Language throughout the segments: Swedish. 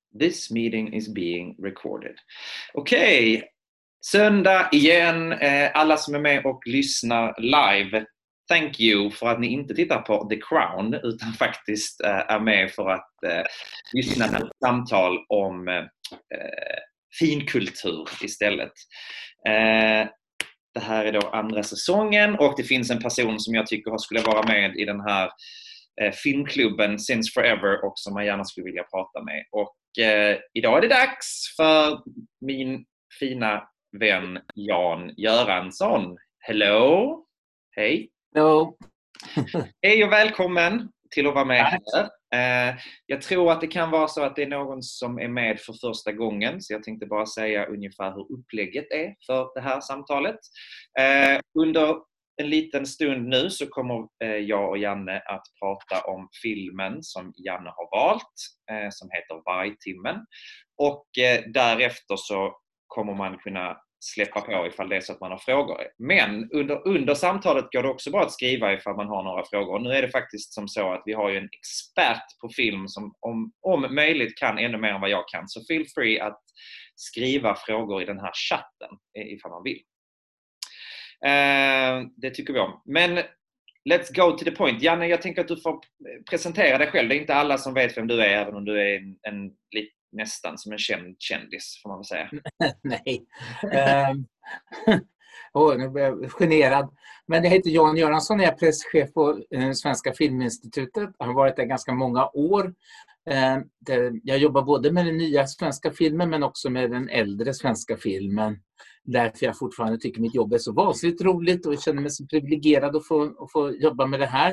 This meeting is being recorded. Okej, söndag igen. Alla som är med och lyssnar live, thank you för att ni inte tittar på The Crown utan faktiskt är med för att lyssna på ett samtal om finkultur istället. Det här är då andra säsongen och det finns en person som jag tycker skulle vara med i den här filmklubben Since Forever och som man gärna skulle vilja prata med. Och idag är det dags för min fina vän Jan Göransson. Hello! Hej! Hello! Hej och välkommen till att vara med här. Jag tror att det kan vara så att det är någon som är med för första gången, så jag tänkte bara säga ungefär hur upplägget är för det här samtalet. Under en liten stund nu så kommer jag och Janne att prata om filmen som Janne har valt, som heter Vargtimmen. Och därefter så kommer man kunna släppa på ifall det är så att man har frågor. Men under samtalet går det också bra att skriva ifall man har några frågor. Och nu är det faktiskt som så att vi har ju en expert på film som om möjligt kan ännu mer än vad jag kan. Så feel free att skriva frågor i den här chatten ifall man vill. Det tycker vi om. Men let's go to the point. Janne, jag tänker att du får presentera dig själv. Det är inte alla som vet vem du är, även om du är nästan som en känd kändis, får man väl säga. Nej. Nu blir jag generad. Men jag heter Jan Göransson, jag är presschef på Svenska Filminstitutet. Jag har varit där ganska många år. Jag jobbar både med den nya svenska filmen men också med den äldre svenska filmen. Därför jag fortfarande tycker mitt jobb är så vansinnigt roligt och jag känner mig så privilegierad att få jobba med det här.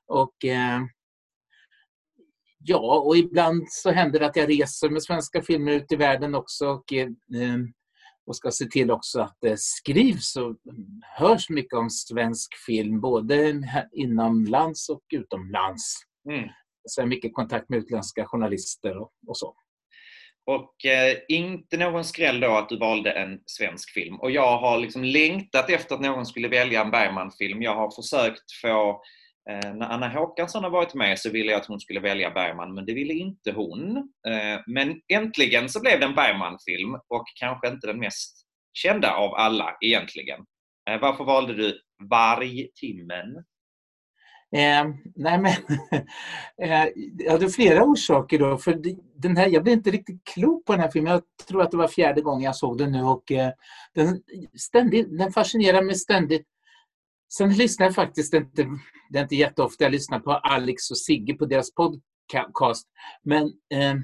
Och ibland så händer det att jag reser med svenska filmer ut i världen också och ska se till också att det skrivs och hörs mycket om svensk film både inomlands och utomlands. Så jag har mycket kontakt med utländska journalister och så. Och inte någon skräll då att du valde en svensk film. Och jag har liksom längtat efter att någon skulle välja en Bergman-film. Jag har försökt få, när Anna Håkansson har varit med så ville jag att hon skulle välja Bergman, men det ville inte hon. Men äntligen så blev det en Bergman-film och kanske inte den mest kända av alla egentligen. Varför valde du Vargtimmen? Jag hade flera orsaker då. För jag blev inte riktigt klok på den här filmen. Jag tror att det var 4:e gången jag såg den nu. Och den fascinerar mig ständigt. Sen lyssnar jag faktiskt inte, det är inte jätteofta jag lyssnar på Alex och Sigge på deras podcast. Men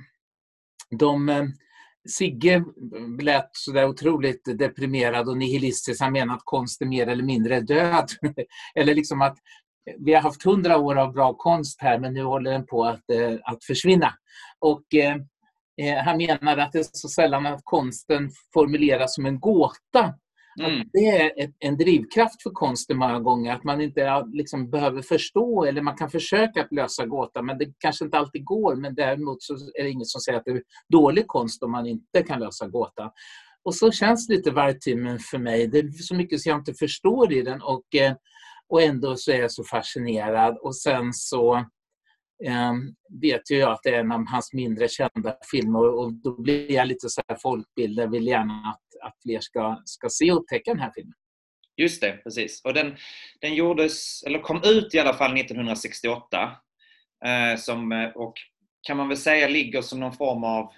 Sigge lät så där otroligt deprimerad och nihilistisk. Han menar att konst är mer eller mindre död. Eller liksom att vi har haft 100 år av bra konst här men nu håller den på att försvinna. Och han menar att det är så sällan att konsten formuleras som en gåta. Att det är en drivkraft för konsten många gånger. Att man inte liksom behöver förstå eller man kan försöka att lösa gåta men det kanske inte alltid går. Men däremot så är det inget som säger att det är dålig konst om man inte kan lösa gåta. Och så känns lite Vargtimmen för mig. Det är så mycket som jag inte förstår i den och ändå så är jag så fascinerad. Och sen så vet ju jag att det är en av hans mindre kända filmer. Och då blir jag lite så här folkbild. Jag vill gärna att fler ska se och upptäcka den här filmen. Just det, precis. Och den gjordes, eller kom ut i alla fall 1968. Och kan man väl säga ligger som någon form av...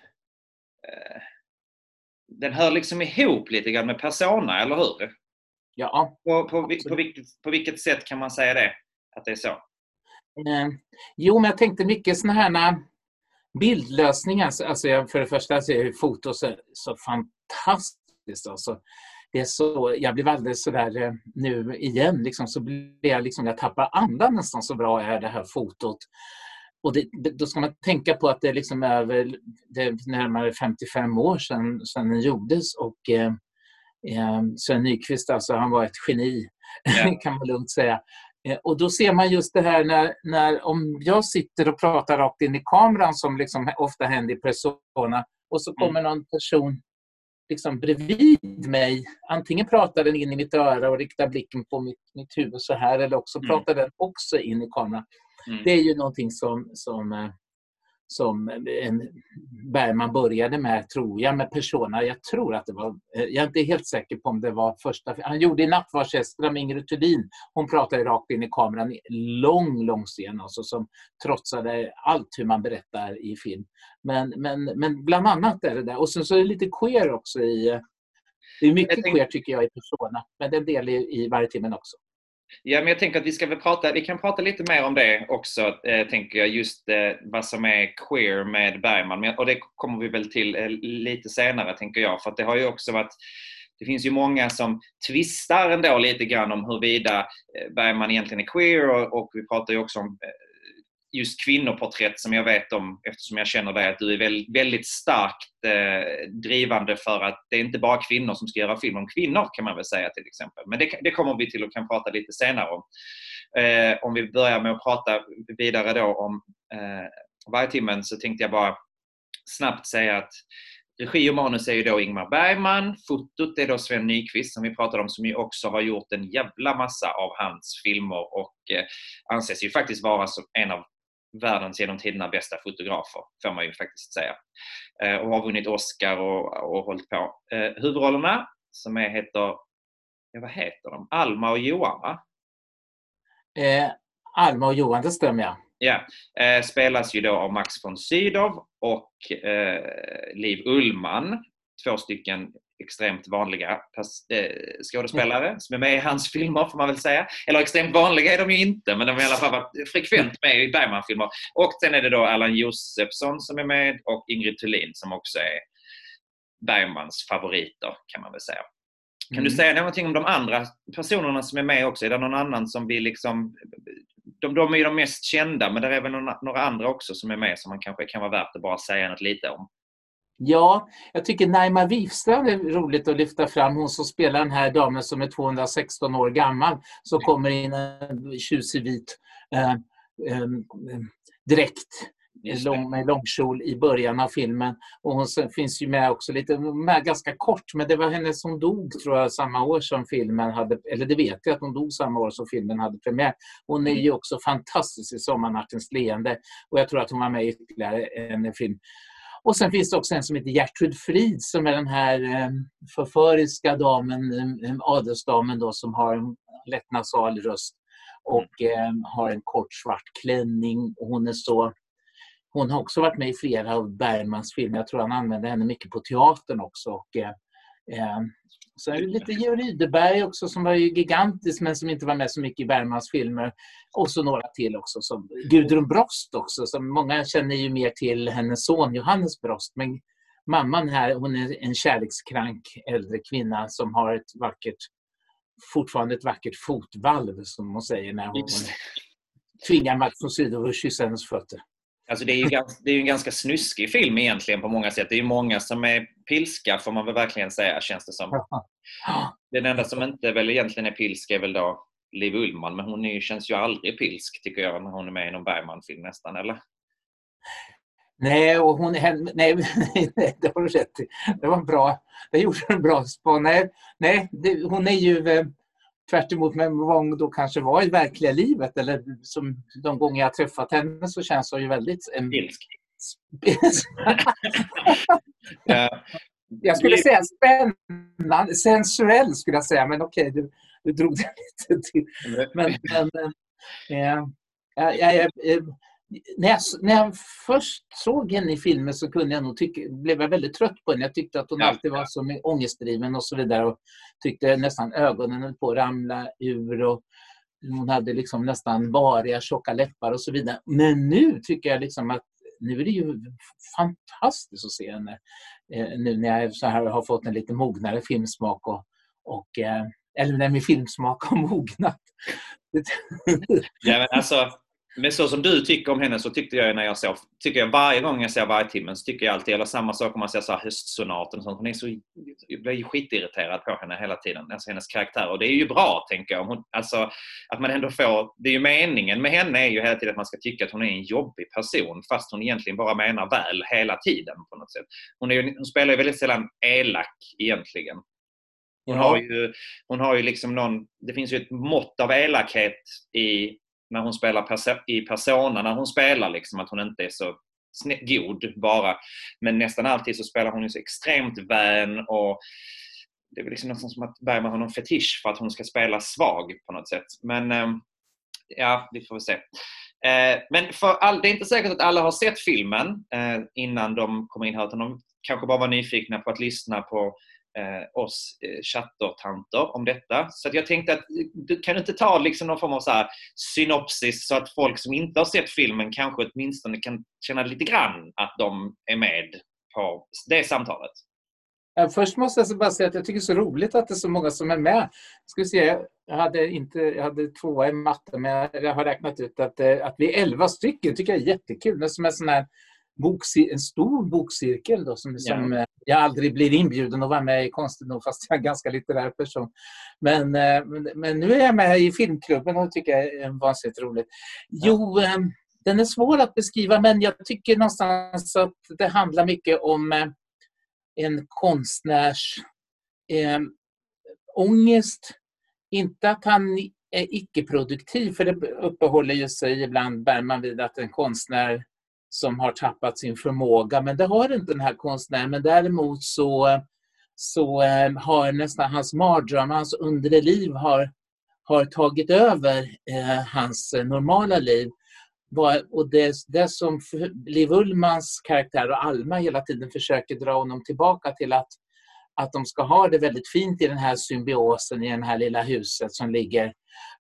den hör liksom ihop lite grann med Persona, eller hur? Ja. På vilket sätt kan man säga det? Att det är så? Jo, men jag tänkte mycket såna här bildlösningar. Alltså för det första så är foto så fantastiskt. Alltså. Det är så, jag blev alldeles sådär nu igen. Liksom, så blir jag liksom, jag tappar andan nästan så bra är det här fotot. Och då ska man tänka på att det är liksom det är närmare 55 år sedan den gjordes och Sven Nykvist, alltså han var ett geni, kan man lugnt säga. Och då ser man just det här när om jag sitter och pratar rakt in i kameran som liksom ofta händer i Persona och så kommer någon person liksom bredvid mig, antingen pratar den in i mitt öra och riktar blicken på mitt huvud så här eller också pratar den också in i kameran. Det är ju någonting Bergman började med, tror jag, med Persona. Jag tror att det var, jag är inte helt säker på om det var första. Han gjorde i Nattvardshästarna med Ingrid Thulin. Hon pratade rakt in i kameran, lång scen alltså, som trotsade allt hur man berättar i film. Men bland annat är det där. Och sen så är det lite queer också det är mycket queer tycker jag i Persona, men det är en del i varje timmen också. Ja, men jag tänker att vi kan prata lite mer om det också, tänker jag, just vad som är queer med Bergman. Och det kommer vi väl till lite senare, tänker jag. För att det har ju också varit, det finns ju många som tvistar ändå lite grann om huruvida Bergman egentligen är queer. Och vi pratar ju också om just kvinnoporträtt, som jag vet om, eftersom jag känner dig, att du är väldigt starkt drivande för att det är inte bara kvinnor som ska göra film om kvinnor, kan man väl säga till exempel. Men det kommer vi till och kan prata lite senare om. Om vi börjar med att prata vidare då om varje timmen, så tänkte jag bara snabbt säga att regi och manus är ju då Ingmar Bergman. Fotot är då Sven Nykvist, som vi pratade om, som ju också har gjort en jävla massa av hans filmer och anses ju faktiskt vara som en av världens genom tiderna bästa fotografer, får man ju faktiskt säga. Och har vunnit Oscar och hållit på. Huvudrollerna som vad heter de? Alma och Johan, va? Alma och Johan, det stämmer jag. Ja, spelas ju då av Max von Sydow och Liv Ullmann. 2 stycken extremt vanliga skådespelare som är med i hans filmer, får man väl säga. Eller extremt vanliga är de ju inte, men de har i alla fall varit frekvent med i Bergman-filmer. Och sen är det då Allan Josefsson som är med och Ingrid Thulin som också är Bergmans favoriter, kan man väl säga. Kan du säga någonting om de andra personerna som är med också? Är det någon annan som vi liksom... De är ju de mest kända, men det är väl några andra också som är med som man kanske kan vara värt att bara säga något lite om. Ja, jag tycker Naima Wifstrand är roligt att lyfta fram. Hon som spelar den här damen som är 216 år gammal, så kommer in en tjusig vit dräkt med långkjol i början av filmen. Och hon finns ju med också lite, med ganska kort, men det var henne som dog, tror jag, samma år som filmen hade, eller det vet jag att hon dog samma år som filmen hade premiär. Hon är ju också fantastisk i Sommarnattens leende, och jag tror att hon var med i ytterligare en film. Och sen finns det också en som heter Gertrud Frid, som är den här förföriska damen, adelsdamen då, som har en lätt nasal röst och har en kort svart klänning. Och hon har också varit med i flera av Bergmans filmer. Jag tror han använde henne mycket på teatern också. Och så är det lite Georg Rydeberg också, som var ju gigantisk men som inte var med så mycket i Bergmans filmer. Och så några till också, som Gudrun Brost också, som många känner ju mer till hennes son Johannes Brost. Men mamman här, hon är en kärlekskrank äldre kvinna som har fortfarande ett vackert fotvalv, som hon säger när hon tvingar Max von Sydow att kyssa hennes fötter. Alltså det är ju en ganska snuskig film egentligen på många sätt. Det är ju många som är pilska, får man väl verkligen säga, känns det som. Den enda som inte väl egentligen är pilsk är väl då Liv Ullmann, men hon känns ju aldrig pilsk, tycker jag, när hon är med i någon Bergman-film nästan, eller? Nej, och nej, det var rätt. Det var bra. Det gjorde en bra spår. Hon är ju tvärt emot med vad hon då kanske var i verkliga livet, eller som de gånger jag träffat henne, så känns hon ju väldigt pilsk. Jag skulle säga spännande, sensuell skulle jag säga, men okej, du drog det lite till. Men när jag först såg henne i filmen så kunde jag nog blev jag väldigt trött på henne. Jag tyckte att hon alltid var så ångestdriven och så vidare, och tyckte nästan ögonen höll på att ramla ur, och hon hade liksom nästan variga tjocka läppar och så vidare. Men nu tycker jag liksom att nu är det ju fantastiskt att se henne nu när jag så här har fått en lite mognare filmsmak eller när min filmsmak har mognat. Ja, men alltså, men så som du tycker om henne, så tycker jag varje gång jag ser Varje timmen, så tycker jag alltid, eller samma sak om man ser så här Höstsonaten och sånt, jag blir ju skitirriterad på henne hela tiden, alltså hennes karaktär, och det är ju bra, tänker jag. Alltså, att man ändå får, det är ju meningen med henne är ju hela tiden att man ska tycka att hon är en jobbig person, fast hon egentligen bara menar väl hela tiden på något sätt. Hon spelar ju väldigt sällan elak egentligen. Hon har ju liksom det finns ju ett mått av elakhet när hon spelar i Persona, när hon spelar liksom, att hon inte är så god bara. Men nästan alltid så spelar hon ju så extremt vän, och det är väl liksom något som att Bergman har någon fetisch för att hon ska spela svag på något sätt. Men ja, vi får väl se. Men det är inte säkert att alla har sett filmen innan de kommer in här, utan de kanske bara var nyfikna på att lyssna på oss chattertanter om detta. Så att jag tänkte att du kan inte ta liksom någon form av så här synopsis, så att folk som inte har sett filmen kanske åtminstone kan känna lite grann att de är med på det samtalet. Först måste jag bara säga att jag tycker det är så roligt att det är så många som är med. Ska vi se, jag hade 2 i matte, men jag har räknat ut att vi är 11 stycken. Tycker jag är jättekul. Det är som en sån här en stor bokcirkel då, som jag aldrig blir inbjuden att vara med i, konstigt nog, fast jag är en ganska litterär person. Men nu är jag med i filmklubben och tycker jag är vansinnigt roligt. Jo, den är svår att beskriva, men jag tycker någonstans att det handlar mycket om en konstnärs ångest. Inte att han är icke-produktiv, för det uppehåller ju sig ibland Bergman vid att en konstnär som har tappat sin förmåga, men det har inte den här konstnären. Men däremot så har nästan hans mardröm, hans underliv har tagit över hans normala liv. Och det som Liv Ullmans karaktär och Alma hela tiden försöker dra honom tillbaka till, att de ska ha det väldigt fint i den här symbiosen, i det här lilla huset som ligger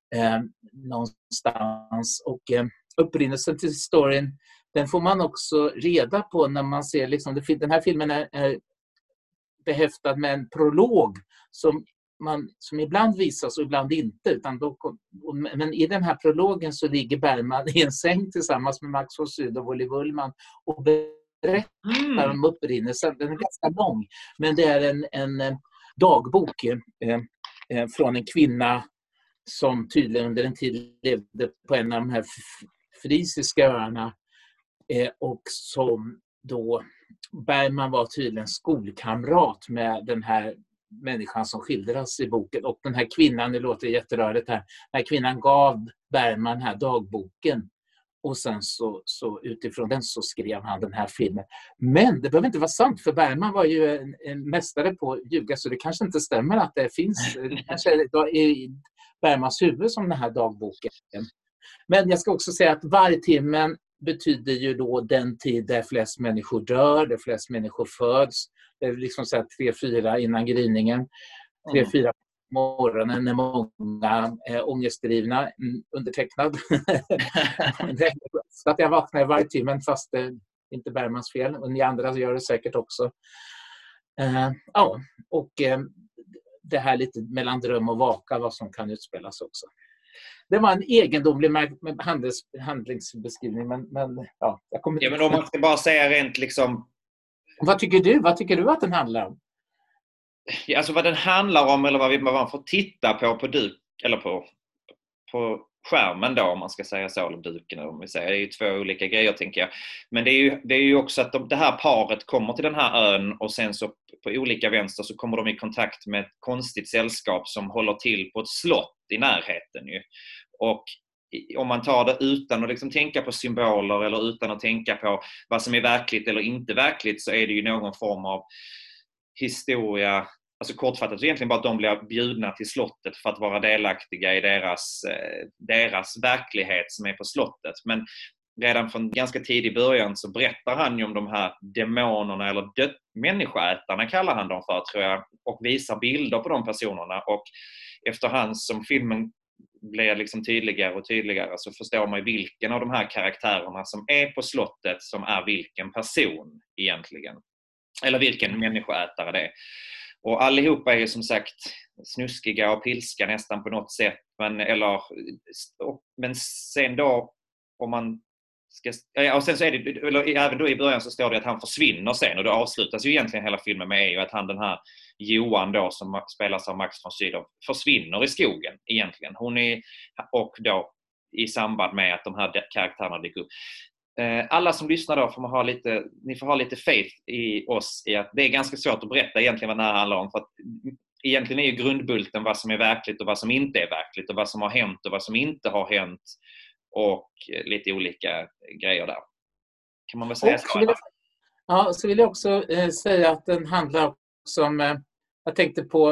någonstans. Och upprinnelsen till storyn, den får man också reda på när man ser liksom, den här filmen är behäftad med en prolog som ibland visas och ibland inte. Men i den här prologen så ligger Bergman i en säng tillsammans med Max von Sydow och Liv Ullmann och berättar om upprinnelsen. Den är ganska lång, men det är en dagbok från en kvinna som tydligen under en tid levde på en av de här frisiska öarna, och som då Bergman var tydligen skolkamrat med den här människan som skildras i boken. Och den här kvinnan, det låter jätterörigt här, den här kvinnan gav Bergman den här dagboken, och sen så utifrån den så skrev han den här filmen. Men det behöver inte vara sant, för Bergman var ju en mästare på att ljuga, så det kanske inte stämmer att det finns kanske i Bergmans huvud som den här dagboken. Men jag ska också säga att vargtimmen betyder ju då den tid där flest människor dör, där flest människor föds. Det är liksom så här 3-4 innan gryningen. 3-4 på morgonen när många är ångestdrivna, undertecknad. Så att jag vaknar i vargtimmen, fast det är inte Bergmans fel. Och ni andra gör det säkert också. Det här lite mellan dröm och vaka, vad som kan utspelas också. Det var en egendomlig handlingsbeskrivning, men ja, jag kommer inte... Ja, men om man ska bara säga rent liksom... Vad tycker du att den handlar om? Ja, alltså vad den handlar om, eller vad man får titta på duk, eller på skärmen då, om man ska säga så, eller duken, eller om vi säger. Det är ju 2 olika grejer, tänker jag. Men det är ju också att det här paret kommer till den här ön, och sen så på olika vänster så kommer de i kontakt med ett konstigt sällskap som håller till på ett slott i närheten ju. Och om man tar det utan att liksom tänka på symboler, eller utan att tänka på vad som är verkligt eller inte verkligt, så är det ju någon form av historia. Alltså kortfattat så egentligen bara att de blir bjudna till slottet för att vara delaktiga i deras verklighet som är på slottet. Men redan från ganska tidig början så berättar han ju om de här demonerna, eller människoätarna kallar han dem för, tror jag, och visar bilder på de personerna. Och efterhand som filmen blir liksom tydligare och tydligare, så förstår man vilken av de här karaktärerna som är på slottet som är vilken person egentligen. Eller vilken människoätare det är. Och allihopa är ju som sagt snuskiga och pilska nästan på något sätt. Men sen då, om man ska... Och sen så är det, eller även då i början så står det att han försvinner sen. Och då avslutas ju egentligen hela filmen med att han, den här Johan då, som spelas av Max von Sydow, försvinner i skogen egentligen. Och då i samband med att de här karaktärerna dyker upp. Alla som lyssnar då ni får ha lite faith i oss, i att det är ganska svårt att berätta egentligen vad det här handlar om, för att egentligen är ju grundbulten vad som är verkligt och vad som inte är verkligt, och vad som har hänt och vad som inte har hänt, och lite olika grejer där. Kan man väl säga så? Så vill jag också säga att den handlar också om... Jag tänkte på,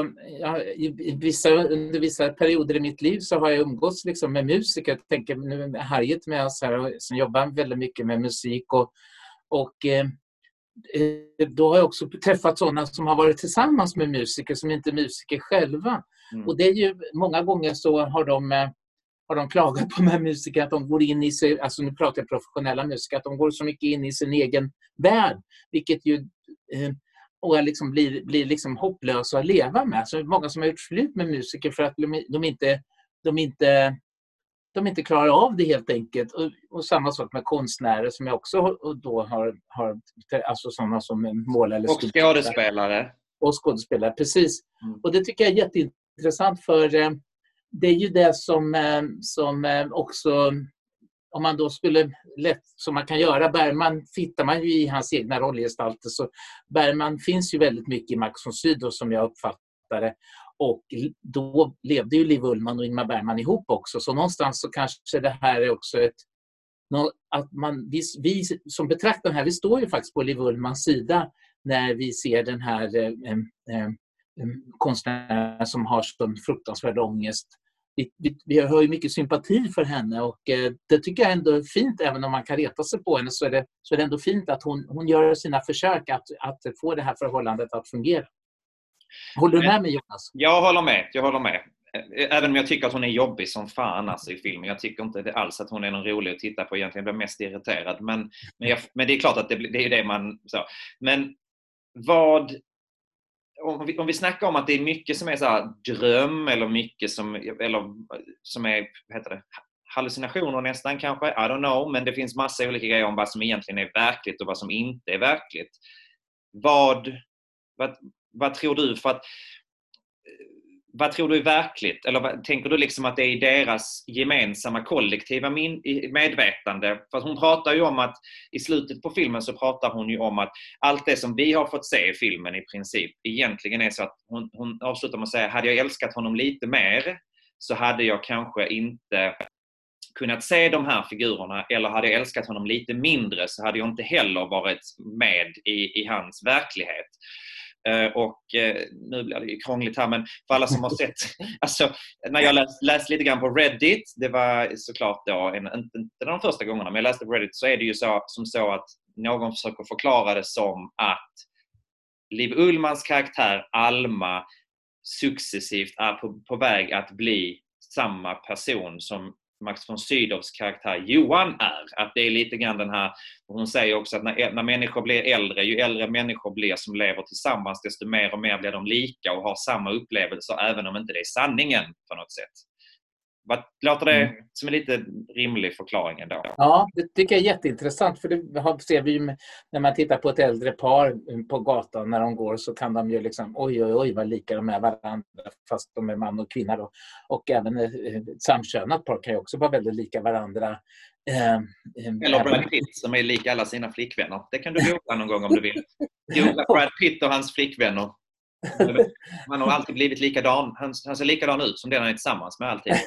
under vissa perioder i mitt liv så har jag umgåtts liksom med musiker. Jag tänker nu Harriet med oss här som jobbar väldigt mycket med musik. Och då har jag också träffat sådana som har varit tillsammans med musiker som inte är musiker själva. Och det är ju många gånger så har de klagat på med musiker att de går in i sig, alltså nu pratar jag professionella musiker, att de går så mycket in i sin egen värld, vilket ju och liksom blir liksom hopplösa att leva med. Så många som har gjort slut med musiker för att de inte klarar av det helt enkelt. Och samma sak med konstnärer som jag också då har alltså sådana som målar eller och skådespelare. Och skådespelare, precis. Och det tycker jag är jätteintressant, för det är ju det som också, om man då skulle lätt, som man kan göra, Bergman hittar man ju i hans egna rollgestalter, så Bergman finns ju väldigt mycket i Max von Sydow som jag uppfattar det. Och då levde ju Liv Ullmann och Ingmar Bergman ihop också, så någonstans så kanske det här är också att vi som betraktar den här, vi står ju faktiskt på Liv Ullmans sida när vi ser den här konstnären som har sån fruktansvärd ångest. Vi har ju mycket sympati för henne, och det tycker jag ändå är fint, även om man kan reta sig på henne så är det ändå fint att hon gör sina försök att få det här förhållandet att fungera. Håller du med mig, Jonas? Jag håller med. Även om jag tycker att hon är jobbig som fan alltså, i filmen. Jag tycker inte alls att hon är någon rolig att titta på. Egentligen blir mest irriterad. Men det är klart att det är det man... Så. Men om vi snackar om att det är mycket som är så här dröm eller mycket som är, vad heter det, hallucinationer nästan kanske, I don't know, men det finns massa olika grejer om vad som egentligen är verkligt och vad som inte är verkligt. Vad tror du, vad tror du är verkligt? Eller tänker du liksom att det är deras gemensamma kollektiva medvetande? För hon pratar ju om att i slutet på filmen så pratar hon ju om att allt det som vi har fått se i filmen i princip egentligen är så att hon avslutar med att säga, hade jag älskat honom lite mer så hade jag kanske inte kunnat se de här figurerna, eller hade jag älskat honom lite mindre så hade jag inte heller varit med i hans verklighet. Och nu blir det ju krångligt här, men för alla som har sett, alltså när jag läste lite grann på Reddit, det var såklart då inte de första gångerna, men jag läste på Reddit, så är det ju så att någon försöker förklara det som att Liv Ullmanns karaktär Alma successivt är på väg att bli samma person som Max von Sydows karaktär Johan är. Att det är lite grann den här, hon säger också att när människor blir äldre, ju äldre människor blir som lever tillsammans, desto mer och mer blir de lika och har samma upplevelser, även om inte det är sanningen på något sätt. Vad låter det som en lite rimlig förklaring ändå? Ja, det tycker jag är jätteintressant, för det ser vi ju när man tittar på ett äldre par på gatan när de går, så kan de ju liksom oj vad lika de är varandra, fast de är man och kvinna då. Och även ett samkönat par kan ju också vara väldigt lika varandra. Eller Brad Pitt som är lika alla sina flickvänner. Det kan du googla någon gång om du vill. Googla Brad Pitt och hans flickvänner. Man har alltid blivit likadan. Han ser likadan ut som den han är tillsammans med alltid.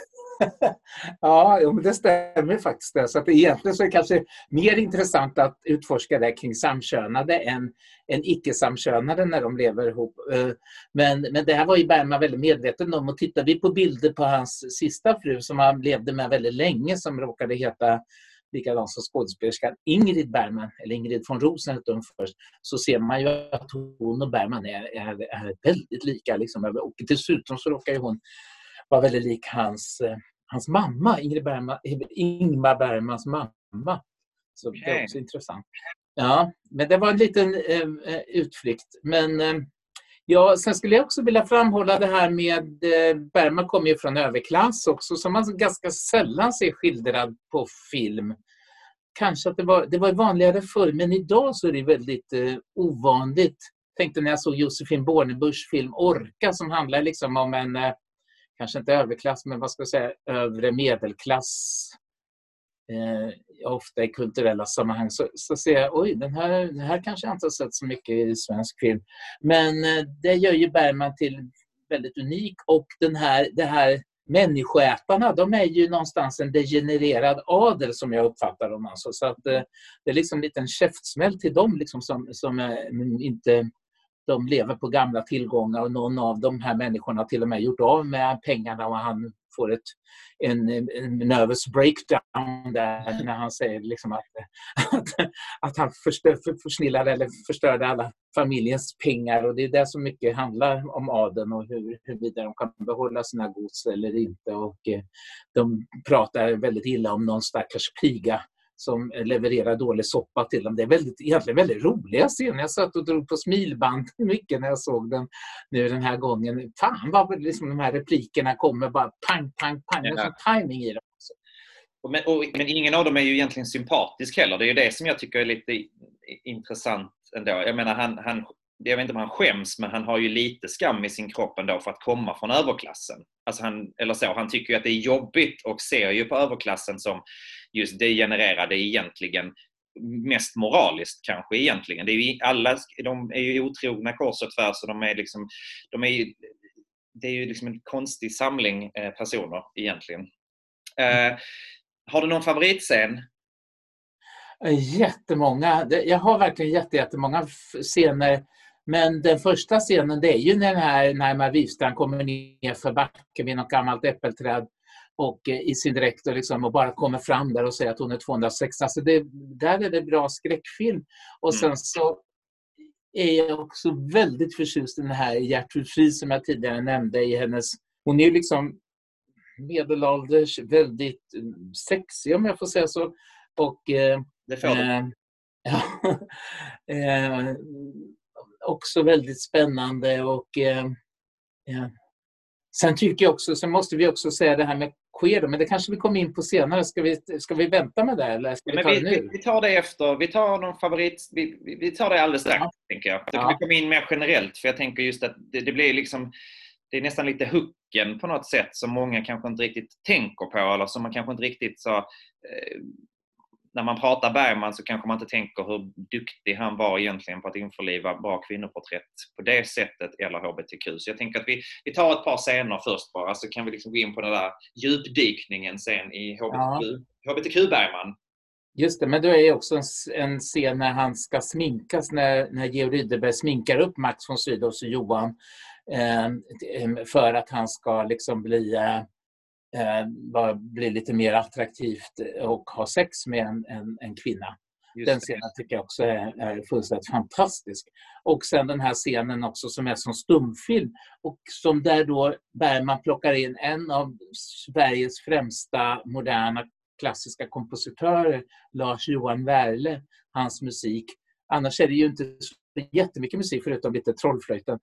Ja, men det stämmer faktiskt. Så att egentligen så är det kanske mer intressant att utforska det kring samkönade än icke-samkönade när de lever ihop. Men det här var ju Bergman väldigt medveten om. Och tittar vi på bilder på hans sista fru som han levde med väldigt länge, som råkade heta likadant som skådespelerskan Ingrid Bergman, eller Ingrid von Rosen hette hon först, så ser man ju att hon och Bergman är väldigt lika. Liksom. Och dessutom så råkar ju hon vara väldigt lik hans mamma, Ingmar Bergmans mamma. Så okay. Det är också intressant. Ja, men det var en liten utflykt. Men sen skulle jag också vilja framhålla det här med Bergman kommer ju från överklass också, som man ganska sällan ser skildrad på film. Kanske att det var vanligare förr, men idag så är det väldigt ovanligt. Tänkte när jag såg Josefin Bornebuschs film Orka, som handlar liksom om en kanske inte överklass, men vad ska jag säga, övre medelklass, ofta i kulturella sammanhang, så ser jag, oj, den här kanske jag inte har sett så mycket i svensk film. Men det gör ju Bergman till väldigt unik, och det här människoätarna, de är ju någonstans en degenererad adel som jag uppfattar dem. Alltså. Så att det är liksom en liten käftsmäll till dem liksom, som inte de lever på gamla tillgångar, och någon av de här människorna till och med gjort av med pengarna, och han får en nervous breakdown där när han säger liksom att han försnillade eller förstörde alla familjens pengar, och det är det som mycket handlar om adeln och huruvida de kan behålla sina gods eller inte, och de pratar väldigt illa om någon stackars piga som levererar dålig soppa till dem. Det är egentligen väldigt roliga scener. Jag satt och drog på smilband mycket när jag såg den nu den här gången. Fan vad liksom de här replikerna kommer bara pang, pang, pang. Ja. Sån timing i dem. Men ingen av dem är ju egentligen sympatisk heller. Det är ju det som jag tycker är lite intressant ändå. Jag menar, jag vet inte om han skäms, men han har ju lite skam i sin kropp ändå för att komma från överklassen. Alltså han tycker ju att det är jobbigt och ser ju på överklassen som just degenererade egentligen, mest moraliskt kanske egentligen. Det är ju de är ju otrogna kors och tvärs, och det är ju liksom en konstig samling personer egentligen. Har du någon favoritscen? Jättemånga. Jag har verkligen jättemånga scener. Men den första scenen, det är ju när Emma Wistrand kommer ner för backen vid något gammalt äppelträd och i sin dräkt och bara kommer fram där och säger att hon är 206. Alltså där är det bra skräckfilm. Och sen så är jag också väldigt förtjust i den här Gertrud Fries som jag tidigare nämnde i hennes... Hon är ju liksom medelålders, väldigt sexig om jag får säga så. Och det får du. Också väldigt spännande, och sen tycker jag också, så måste vi också säga det här med queer, men det kanske vi kommer in på senare. Ska vi vänta med det, eller ska vi ta det nu? Vi tar det efter. Vi tar någon favorit. Vi tar det alldeles strax, tänker jag. Då kan vi komma in mer generellt, för jag tänker just att det blir liksom, det är nästan lite hooken på något sätt som många kanske inte riktigt tänker på, eller som man kanske inte riktigt så... När man pratar Bergman så kanske man inte tänker hur duktig han var egentligen på att införliva bra kvinnoporträtt på det sättet, eller HBTQ. Så jag tänker att vi tar ett par scener först bara, så kan vi liksom gå in på den där djupdykningen sen i HBTQ Bergman. Just det, men då är också en scen när han ska sminkas, när Georg Rydeberg sminkar upp Max von Sydow och Johan för att han ska liksom bli lite mer attraktivt och ha sex med en kvinna. Den scenen tycker jag också är fullständigt fantastisk. Och sen den här scenen också som är som stumfilm, och som där då Bergman plockar in en av Sveriges främsta moderna klassiska kompositörer, Lars Johan Werle, hans musik. Annars är det ju inte så jättemycket musik förutom lite trollflöjten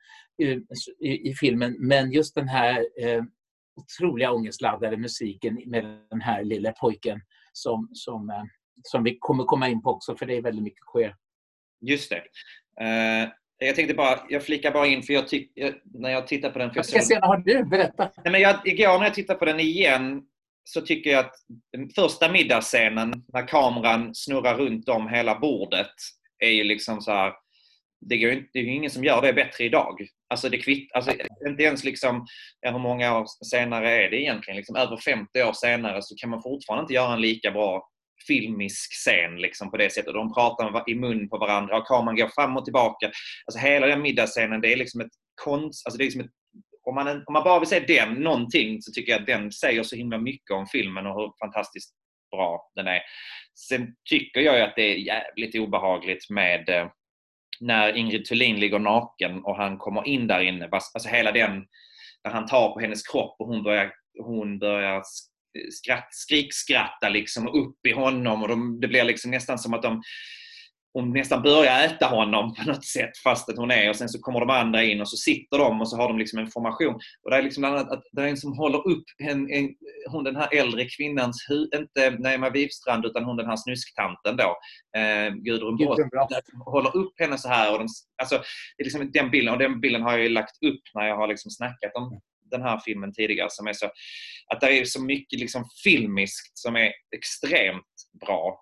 i filmen, men just den här otroliga ångestladdade musiken med den här lilla pojken som vi kommer komma in på också, för det är väldigt mycket queer. Just det. Jag tänkte bara, jag flikar bara in, för när jag tittar på den... Vilka scener har du? Berätta. Igår när jag tittar på den igen så tycker jag att den första middagsscenen när kameran snurrar runt om hela bordet är ju liksom så här, det är ju ingen som gör det bättre idag. Alltså inte ens liksom, hur många år senare är det egentligen, liksom över 50 år senare så kan man fortfarande inte göra en lika bra filmisk scen liksom på det sättet. De pratar i mun på varandra och kameran går fram och tillbaka. Alltså hela den middagsscenen, det är liksom ett konst, alltså det är liksom ett, om man bara vill säga någonting, så tycker jag att den säger så himla mycket om filmen och hur fantastiskt bra den är. Sen tycker jag att det är jävligt obehagligt med när Ingrid Thulin ligger naken och han kommer in där inne. Alltså hela den, när han tar på hennes kropp och hon börjar skrikskratta liksom upp i honom, och det blir liksom nästan som att hon nästan börjar äta honom på något sätt, fast att hon är, och sen så kommer de andra in och så sitter de och så har de liksom en formation, och det är liksom att det är en som håller upp hon den här äldre kvinnans inte Naima Wivstrand utan hon den här snusktanten då, Gudrun Brott, håller upp henne så här, och alltså det är liksom den bilden, och den bilden har jag ju lagt upp när jag har liksom snackat om den här filmen tidigare, som är så att det är så mycket liksom filmiskt som är extremt bra.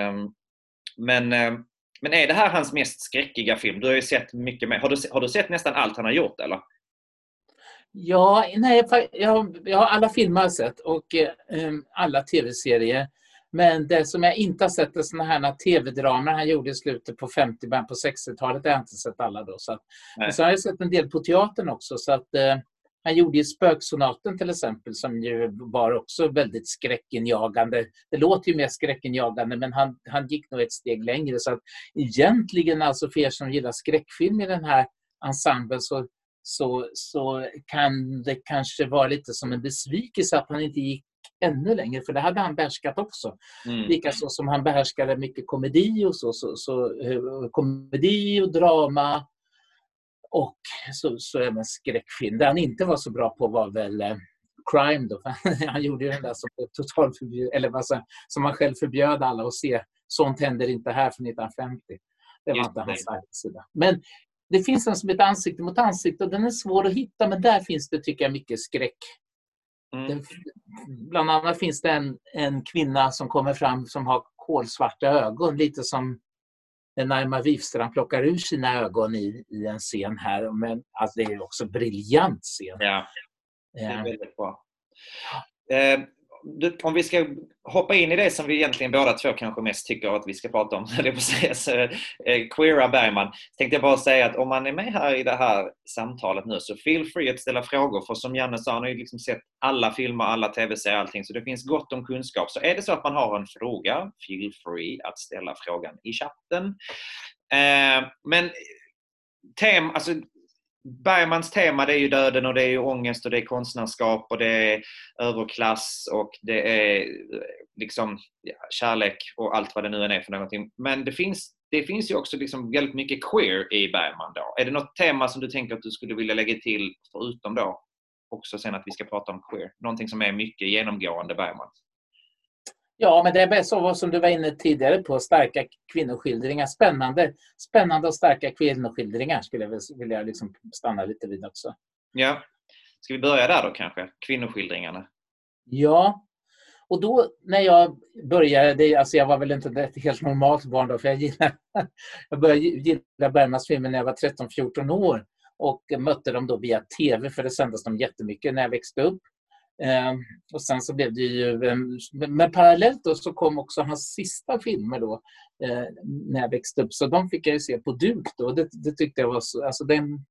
Men är det här hans mest skräckiga film? Du har ju sett mycket mer. Har du sett nästan allt han har gjort, eller? Ja, nej, jag har alla filmer sett och alla tv-serier. Men det som jag inte har sett är såna här tv-dramer han gjorde i slutet på 50, början på 60-talet. Jag har inte sett alla då. Men så har jag sett en del på teatern också. Så att, han gjorde ju Spöksonaten till exempel, som ju var också väldigt skräckinjagande. Det låter ju mer skräckinjagande, men han gick nog ett steg längre. Så att egentligen, alltså för er som gillar skräckfilm i den här ensemblen, så kan det kanske vara lite som en besvikelse att han inte gick ännu längre, för det hade han behärskat också. Likaså som han behärskade mycket komedi och komedi och drama och så även skräckfilm. Det han inte var så bra på var väl crime då. Han gjorde ju den där som totalt förbjöd, eller som han själv förbjöd alla att se. Sånt händer inte här från 1950. Det var inte hans starka sida. Men det finns en som heter Ansikte mot ansikte och den är svår att hitta, men där finns det, tycker jag, mycket skräck. Bland annat finns det en kvinna som kommer fram som har kolsvarta ögon, lite som när Naima Wifstrand plockar ur sina ögon i en scen här. Men alltså, det är också en briljant scen. Ja, det är väldigt bra. Om vi ska hoppa in i det som vi egentligen båda två kanske mest tycker att vi ska prata om, det på Queera Bergman, tänkte jag bara säga att om man är med här i det här samtalet nu, så feel free att ställa frågor, för som Janne sa, han har ju liksom sett alla filmer, alla tv-serier, allting, så det finns gott om kunskap. Så är det så att man har en fråga, feel free att ställa frågan i chatten. Men alltså Bergmans tema, det är ju döden och det är ju ångest och det är konstnärskap och det är överklass och det är liksom kärlek och allt vad det nu än är för någonting. Men det finns ju också liksom väldigt mycket queer i Bergman då. Är det något tema som du tänker att du skulle vilja lägga till förutom då också sen att vi ska prata om queer? Någonting som är mycket genomgående Bergman. Ja, men det är så som du var inne tidigare på, starka kvinnoskildringar. Spännande och starka kvinnoskildringar skulle jag vilja liksom stanna lite vid också. Ja, ska vi börja där då kanske? Kvinnoskildringarna. Ja, och då när jag började, alltså jag var väl inte ett helt normalt barn då, för jag började gilla Bergmans filmer när jag var 13-14 år och mötte dem då via tv, för det sändes dem jättemycket när jag växte upp. Och sen så blev det ju, men parallellt då så kom också hans sista filmer då när jag växte upp, så de fick jag ju se på duk då. Det tyckte jag var så, alltså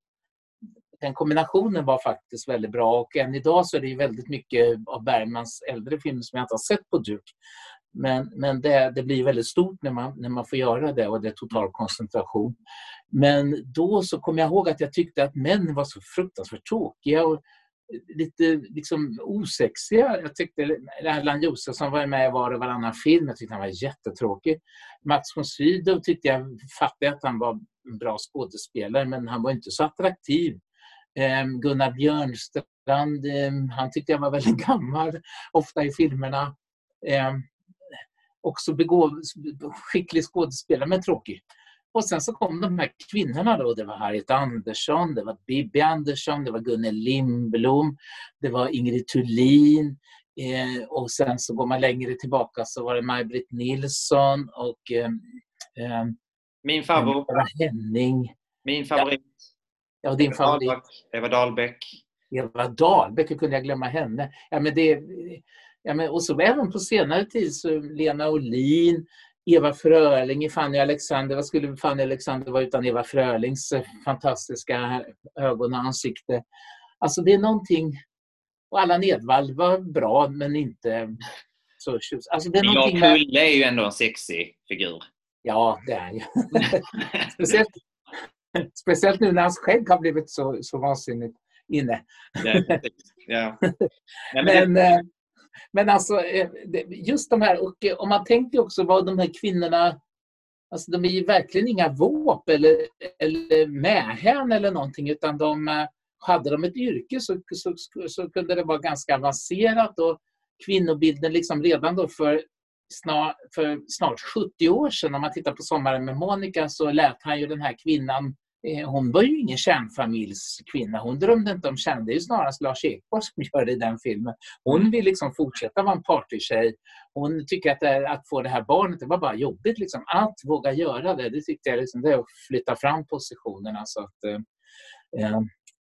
den kombinationen var faktiskt väldigt bra, och än idag så är det ju väldigt mycket av Bergmans äldre filmer som jag inte har sett på duk, men det blir väldigt stort när man får göra det, och det är total koncentration. Men då så kom jag ihåg att jag tyckte att män var så fruktansvärt tråkiga och lite liksom osexiga. Jag tyckte Erland Josefsson var med i var och varannan film. Jag tyckte han var jättetråkig. Mats von Sydow tyckte jag fattade att han var en bra skådespelare, men han var inte så attraktiv. Gunnar Björnstrand, han tyckte jag var väldigt gammal ofta i filmerna. Också skicklig skådespelare, men tråkig. Och sen så kom de här kvinnorna då. Det var Harriet Andersson, det var Bibi Andersson, det var Gunnel Lindblom, det var Ingrid Thulin. Och sen så går man längre tillbaka så var det Maj-Britt Nilsson och min favorit. Henning. Min favorit. Ja, din favorit. Eva Dahlbeck. Eva Dahlbeck, hur kunde jag glömma henne? Och så även på senare tid så Lena Olin, Eva Fröling i Fanny Alexander. Vad skulle Fanny Alexander vara utan Eva Frölings fantastiska ögon och ansikte? Alltså det är någonting. Och Allan Edwall var bra, men inte så tjus. Alltså det är någonting med... Kulle är ju ändå en sexig figur. Ja, det är ju. Speciellt nu när hans skägg har blivit så vansinnigt inne. Ja. Men alltså just de här, och om man tänker också vad de här kvinnorna, alltså de är ju verkligen inga våp eller mähän eller någonting, utan hade de ett yrke så kunde det vara ganska avancerat, och kvinnobilden liksom redan då för snart 70 år sedan, om man tittar på Sommaren med Monica, så lät han ju den här kvinnan, hon var ju ingen kärnfamiljskvinna. Hon drömde inte om kärn. Det är ju snarast Lars Ekborg som gör det i den filmen. Hon vill liksom fortsätta vara en partytjej. Hon tycker att få det här barnet, det var bara jobbigt. Liksom. Att våga göra det tyckte jag liksom, det är att flytta fram positionerna. Så att,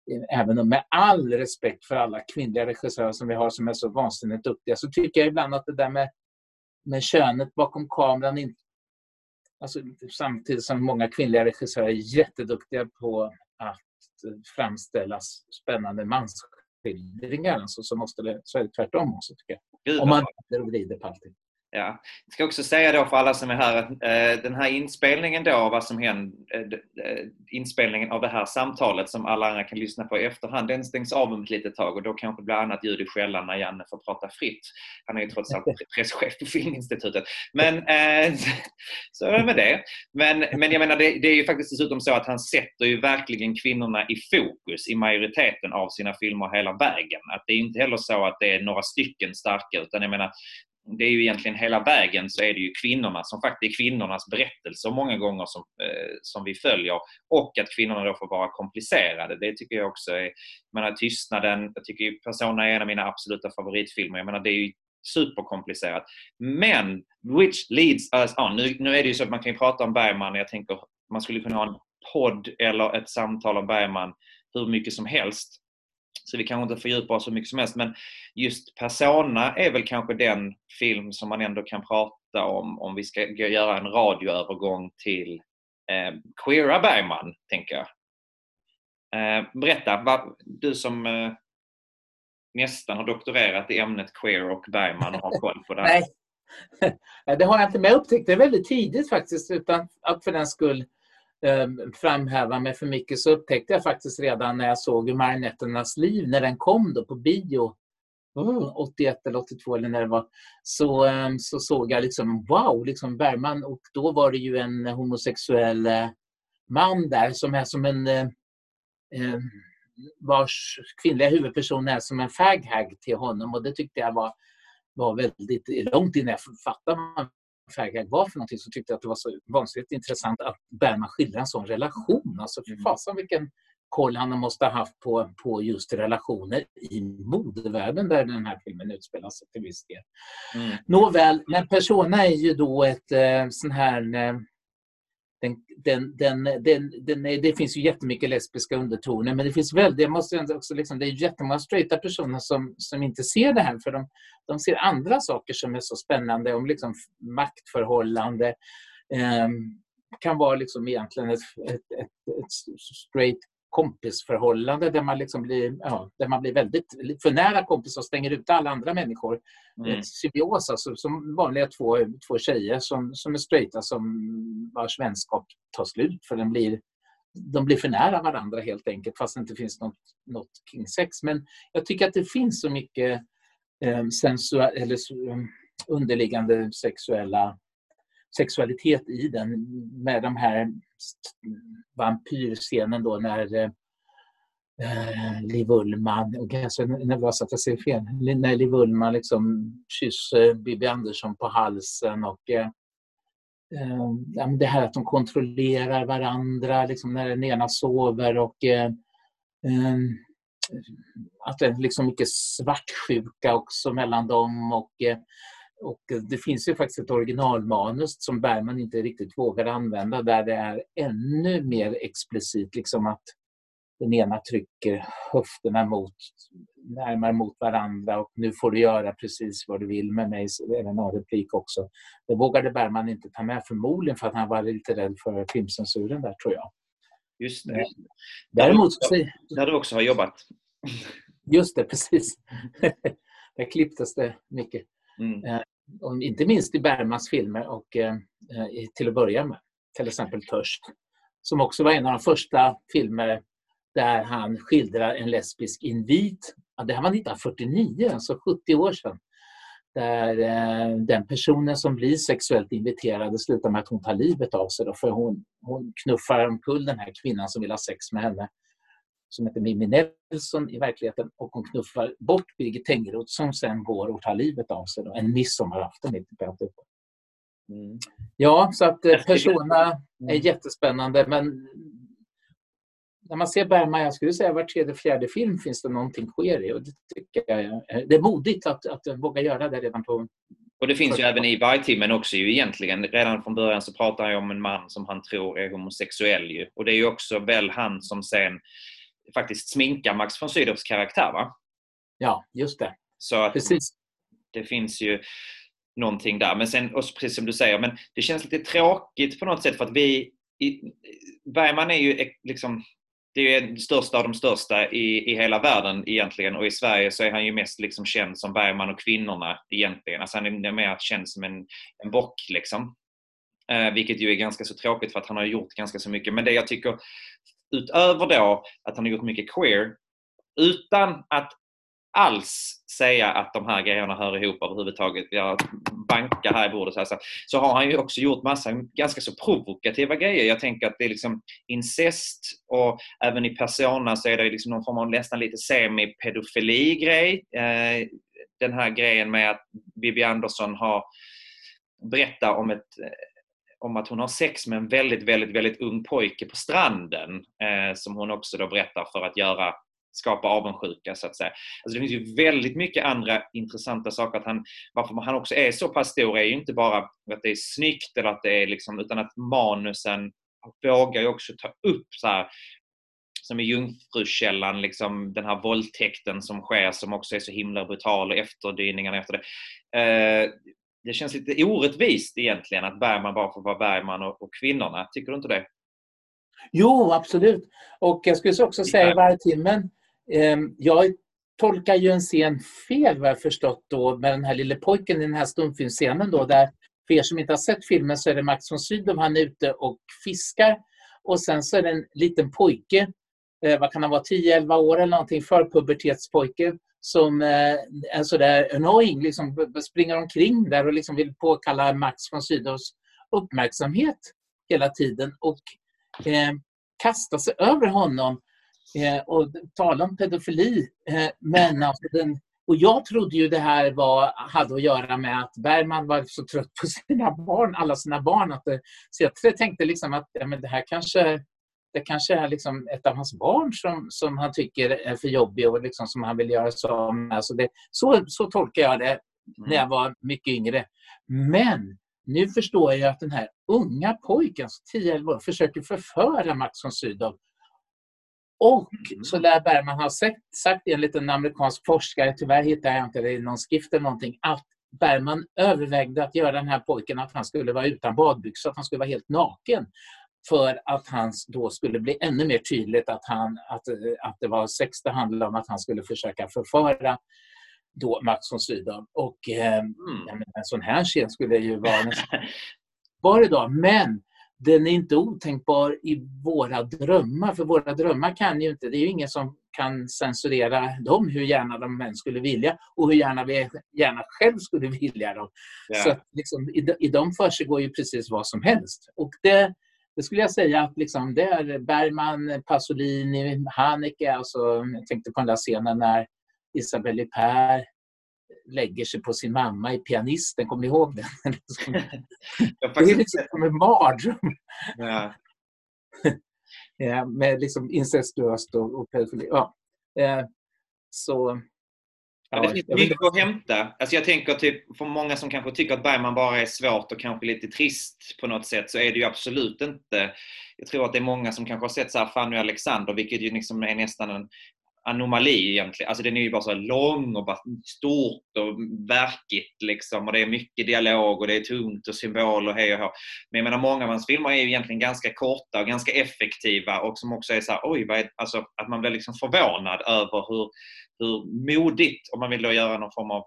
även om med all respekt för alla kvinnliga regissörer som vi har som är så vansinnigt duktiga, så tycker jag ibland att det där med könet bakom kameran inte, alltså, samtidigt som många kvinnliga regissörer är jätteduktiga på att framställa spännande mansskildringar, alltså, så är det tvärtom också, tycker jag. Om man vrider på allting. Ja. Jag ska också säga då för alla som är här att den här inspelningen då, vad som händer, inspelningen av det här samtalet som alla andra kan lyssna på i efterhand, den stängs av om ett litet tag och då kanske det blir annat ljud i skällan när Janne får prata fritt. Han är ju trots allt presschef på Filminstitutet. Men så är det med det. Men jag menar, det är ju faktiskt dessutom så att han sätter ju verkligen kvinnorna i fokus i majoriteten av sina filmer hela vägen. Att det är inte heller så att det är några stycken starka, utan jag menar, det är ju egentligen hela vägen så är det ju kvinnorna som faktiskt är kvinnornas berättelser många gånger som vi följer, och att kvinnorna då får vara komplicerade. Det tycker jag också är, jag menar, Tystnaden, jag tycker ju Persona är en av mina absoluta favoritfilmer. Jag menar, det är ju superkomplicerat. Men which leads us on. Nu är det ju så att man kan ju prata om Bergman, jag tänker man skulle kunna ha en podd eller ett samtal om Bergman hur mycket som helst. Så vi kan inte fördjupa oss så mycket som helst. Men just Persona är väl kanske den film som man ändå kan prata om vi ska göra en radioövergång till queera Bergman, tänker jag. Berätta, du som nästan har doktorerat i ämnet queer och Bergman och har koll på det här. Nej, det har jag inte med upptäckt. Det är väldigt tidigt faktiskt, utan att för den skull framhäva mig för mycket, så upptäckte jag faktiskt redan när jag såg Marionetternas liv, när den kom då på bio 81 eller 82 eller när det var, så såg jag liksom wow, liksom Bergman, och då var det ju en homosexuell man där som är som en vars kvinnliga huvudperson är som en faghag till honom, och det tyckte jag var väldigt långt innan jag fattade vad faghag var för någonting, så tyckte jag att det var så vansinnigt intressant att Bergman skildrar en sån relation. Alltså för fasen vilken koll han måste ha haft på just relationer i modevärlden där den här filmen utspelar sig till viss del. Nåväl, men Persona är ju då ett sån här det finns ju jättemycket lesbiska undertoner, men det finns väldigt, jag måste också liksom, det är jättemånga straighta personer som inte ser det här, för de ser andra saker som är så spännande, om liksom maktförhållande, kan vara liksom egentligen ett straight kompisförhållande där man liksom blir väldigt för nära kompis och stänger ut alla andra människor. Ett symbios, alltså, som vanliga två tjejer som är straighta, som vars vänskap tar slut för de blir för nära varandra helt enkelt, fast det inte finns något kring sex. Men jag tycker att det finns så mycket underliggande sexualitet i den, med de här vampyrscenen då när Liv Ullmann, och kanske nervös att jag ser fel, när Liv Ullmann liksom kysser Bibi Andersson på halsen, och det här att de kontrollerar varandra liksom när den ena sover, och att det är liksom mycket svartsjuka också mellan dem, och det finns ju faktiskt ett originalmanus som Bergman inte riktigt vågar använda, där det är ännu mer explicit liksom att den ena trycker höfterna närmare mot varandra, och nu får du göra precis vad du vill med mig, så är det en replik också. Det vågade Bergman inte ta med, förmodligen för att han var lite rädd för filmcensuren där, tror jag. Just det. Däremot där du också har jobbat. Just det, precis. Där klipptes det mycket. Och inte minst i Bergmans filmer, och till att börja med till exempel Törst, som också var en av de första filmer där han skildrar en lesbisk invit. Det här var 1949, alltså 70 år sedan, där den personen som blir sexuellt inviterad slutar med att hon tar livet av sig då, för hon knuffar omkull den här kvinnan som vill ha sex med henne, som heter Mimmi Nelson i verkligheten, och hon knuffar bort Birgit Tengroth, som sen går och tar livet av sig då, en midsommarafton. Ja, så att Persona är jättespännande, men när man ser Bergman, jag skulle säga var tredje, fjärde film finns det någonting sker i, och det tycker jag det är modigt att våga göra det redan på. Och det finns ju även i Vargtid, men också ju egentligen redan från början så pratar han om en man som han tror är homosexuell ju. Och det är ju också väl han som sen faktiskt sminka Max von Sydows karaktär, va? Ja, just det. Så att Precis. det finns ju någonting där. Men sen, och precis som du säger, men det känns lite tråkigt på något sätt för att Bergman är ju liksom, det är ju den största av de största i hela världen egentligen, och i Sverige så är han ju mest liksom känd som Bergman och kvinnorna egentligen. Alltså han är mer känd som en bock liksom. Vilket ju är ganska så tråkigt för att han har gjort ganska så mycket. Men det jag tycker, utöver då att han har gjort mycket queer, utan att alls säga att de här grejerna hör ihop överhuvudtaget, jag bankar här i bordet så har han ju också gjort massa ganska så provokativa grejer. Jag tänker att det är liksom incest, och även i Persona så är det liksom någon form av nästan lite semi-pedofili-grej. Den här grejen med att Bibi Andersson har berättat om att hon har sex med en väldigt, väldigt, väldigt ung pojke på stranden, som hon också då berättar för att skapa avundsjuka, så att säga. Alltså det finns ju väldigt mycket andra intressanta saker. Varför han också är så pass stor är ju inte bara att det är snyggt eller att det är liksom, utan att manusen vågar ju också ta upp så här, som i Jungfrukällan, liksom den här våldtäkten som sker, som också är så himla brutal, och efterdyningarna efter det. Det känns lite orättvist egentligen att Bergman bara får vara Bergman och kvinnorna. Tycker du inte det? Jo, absolut. Och jag skulle också säga i Vargtimmen, jag tolkar ju en scen fel, vad jag förstått då, med den här lille pojken i den här stumfilmscenen då, där, för er som inte har sett filmen, så är det Max von Sydow, han är ute och fiskar, och sen så är det en liten pojke, vad kan han vara, 10-11 år eller någonting, förpubertetspojke, som är sådär annoying, liksom springer omkring där och liksom vill påkalla Max von Sydows uppmärksamhet hela tiden, och kasta sig över honom och tala om pedofili. Men alltså och jag trodde ju det här hade att göra med att Bergman var så trött på alla sina barn. Så jag tänkte liksom att men det kanske är liksom ett av hans barn som han tycker är för jobbig och liksom som han vill göra så tolkar jag det när jag var mycket yngre. Men nu förstår jag att den här unga pojken, 10-11 år, försöker förföra Max von Sydow. Och så lär Bergman ha sagt enligt en amerikansk forskare, tyvärr hittar jag inte det i någon skrift eller någonting, att Bergman övervägde att göra den här pojken att han skulle vara utan badbyxor, att han skulle vara helt naken, för att han då skulle bli ännu mer tydligt att det var sex det handlade om, att han skulle försöka förföra då Max von Sydow. Och en sån här scen skulle ju vara var idag, men den är inte otänkbar i våra drömmar, för våra drömmar kan ju inte, det är ju ingen som kan censurera dem, hur gärna de män skulle vilja, och hur gärna vi gärna själv skulle vilja dem. Yeah. Så att liksom, i dem försiggår ju precis vad som helst, och det skulle jag säga att liksom, det är Bergman, Pasolini, Haneke. Alltså, jag tänkte på den där scenen när Isabelle Huppert lägger sig på sin mamma i Pianisten. Kommer ni ihåg den? Det är liksom som en mardröm. Ja. Ja, med liksom incestöst och pedofili. Ja. Så... Ja, det finns mycket att hämta. Alltså jag tänker typ, för många som kanske tycker att Bergman bara är svårt och kanske lite trist på något sätt, så är det ju absolut inte. Jag tror att det är många som kanske har sett så här Fanny och Alexander, vilket ju liksom är nästan en anomali egentligen. Alltså den är ju bara så lång och bara stort och verkigt liksom, och det är mycket dialog och det är tungt och symbol och hej och hå. Men jag menar, många av hans filmer är ju egentligen ganska korta och ganska effektiva, och som också är så här, alltså att man blir liksom förvånad över hur modigt, om man vill då göra någon form av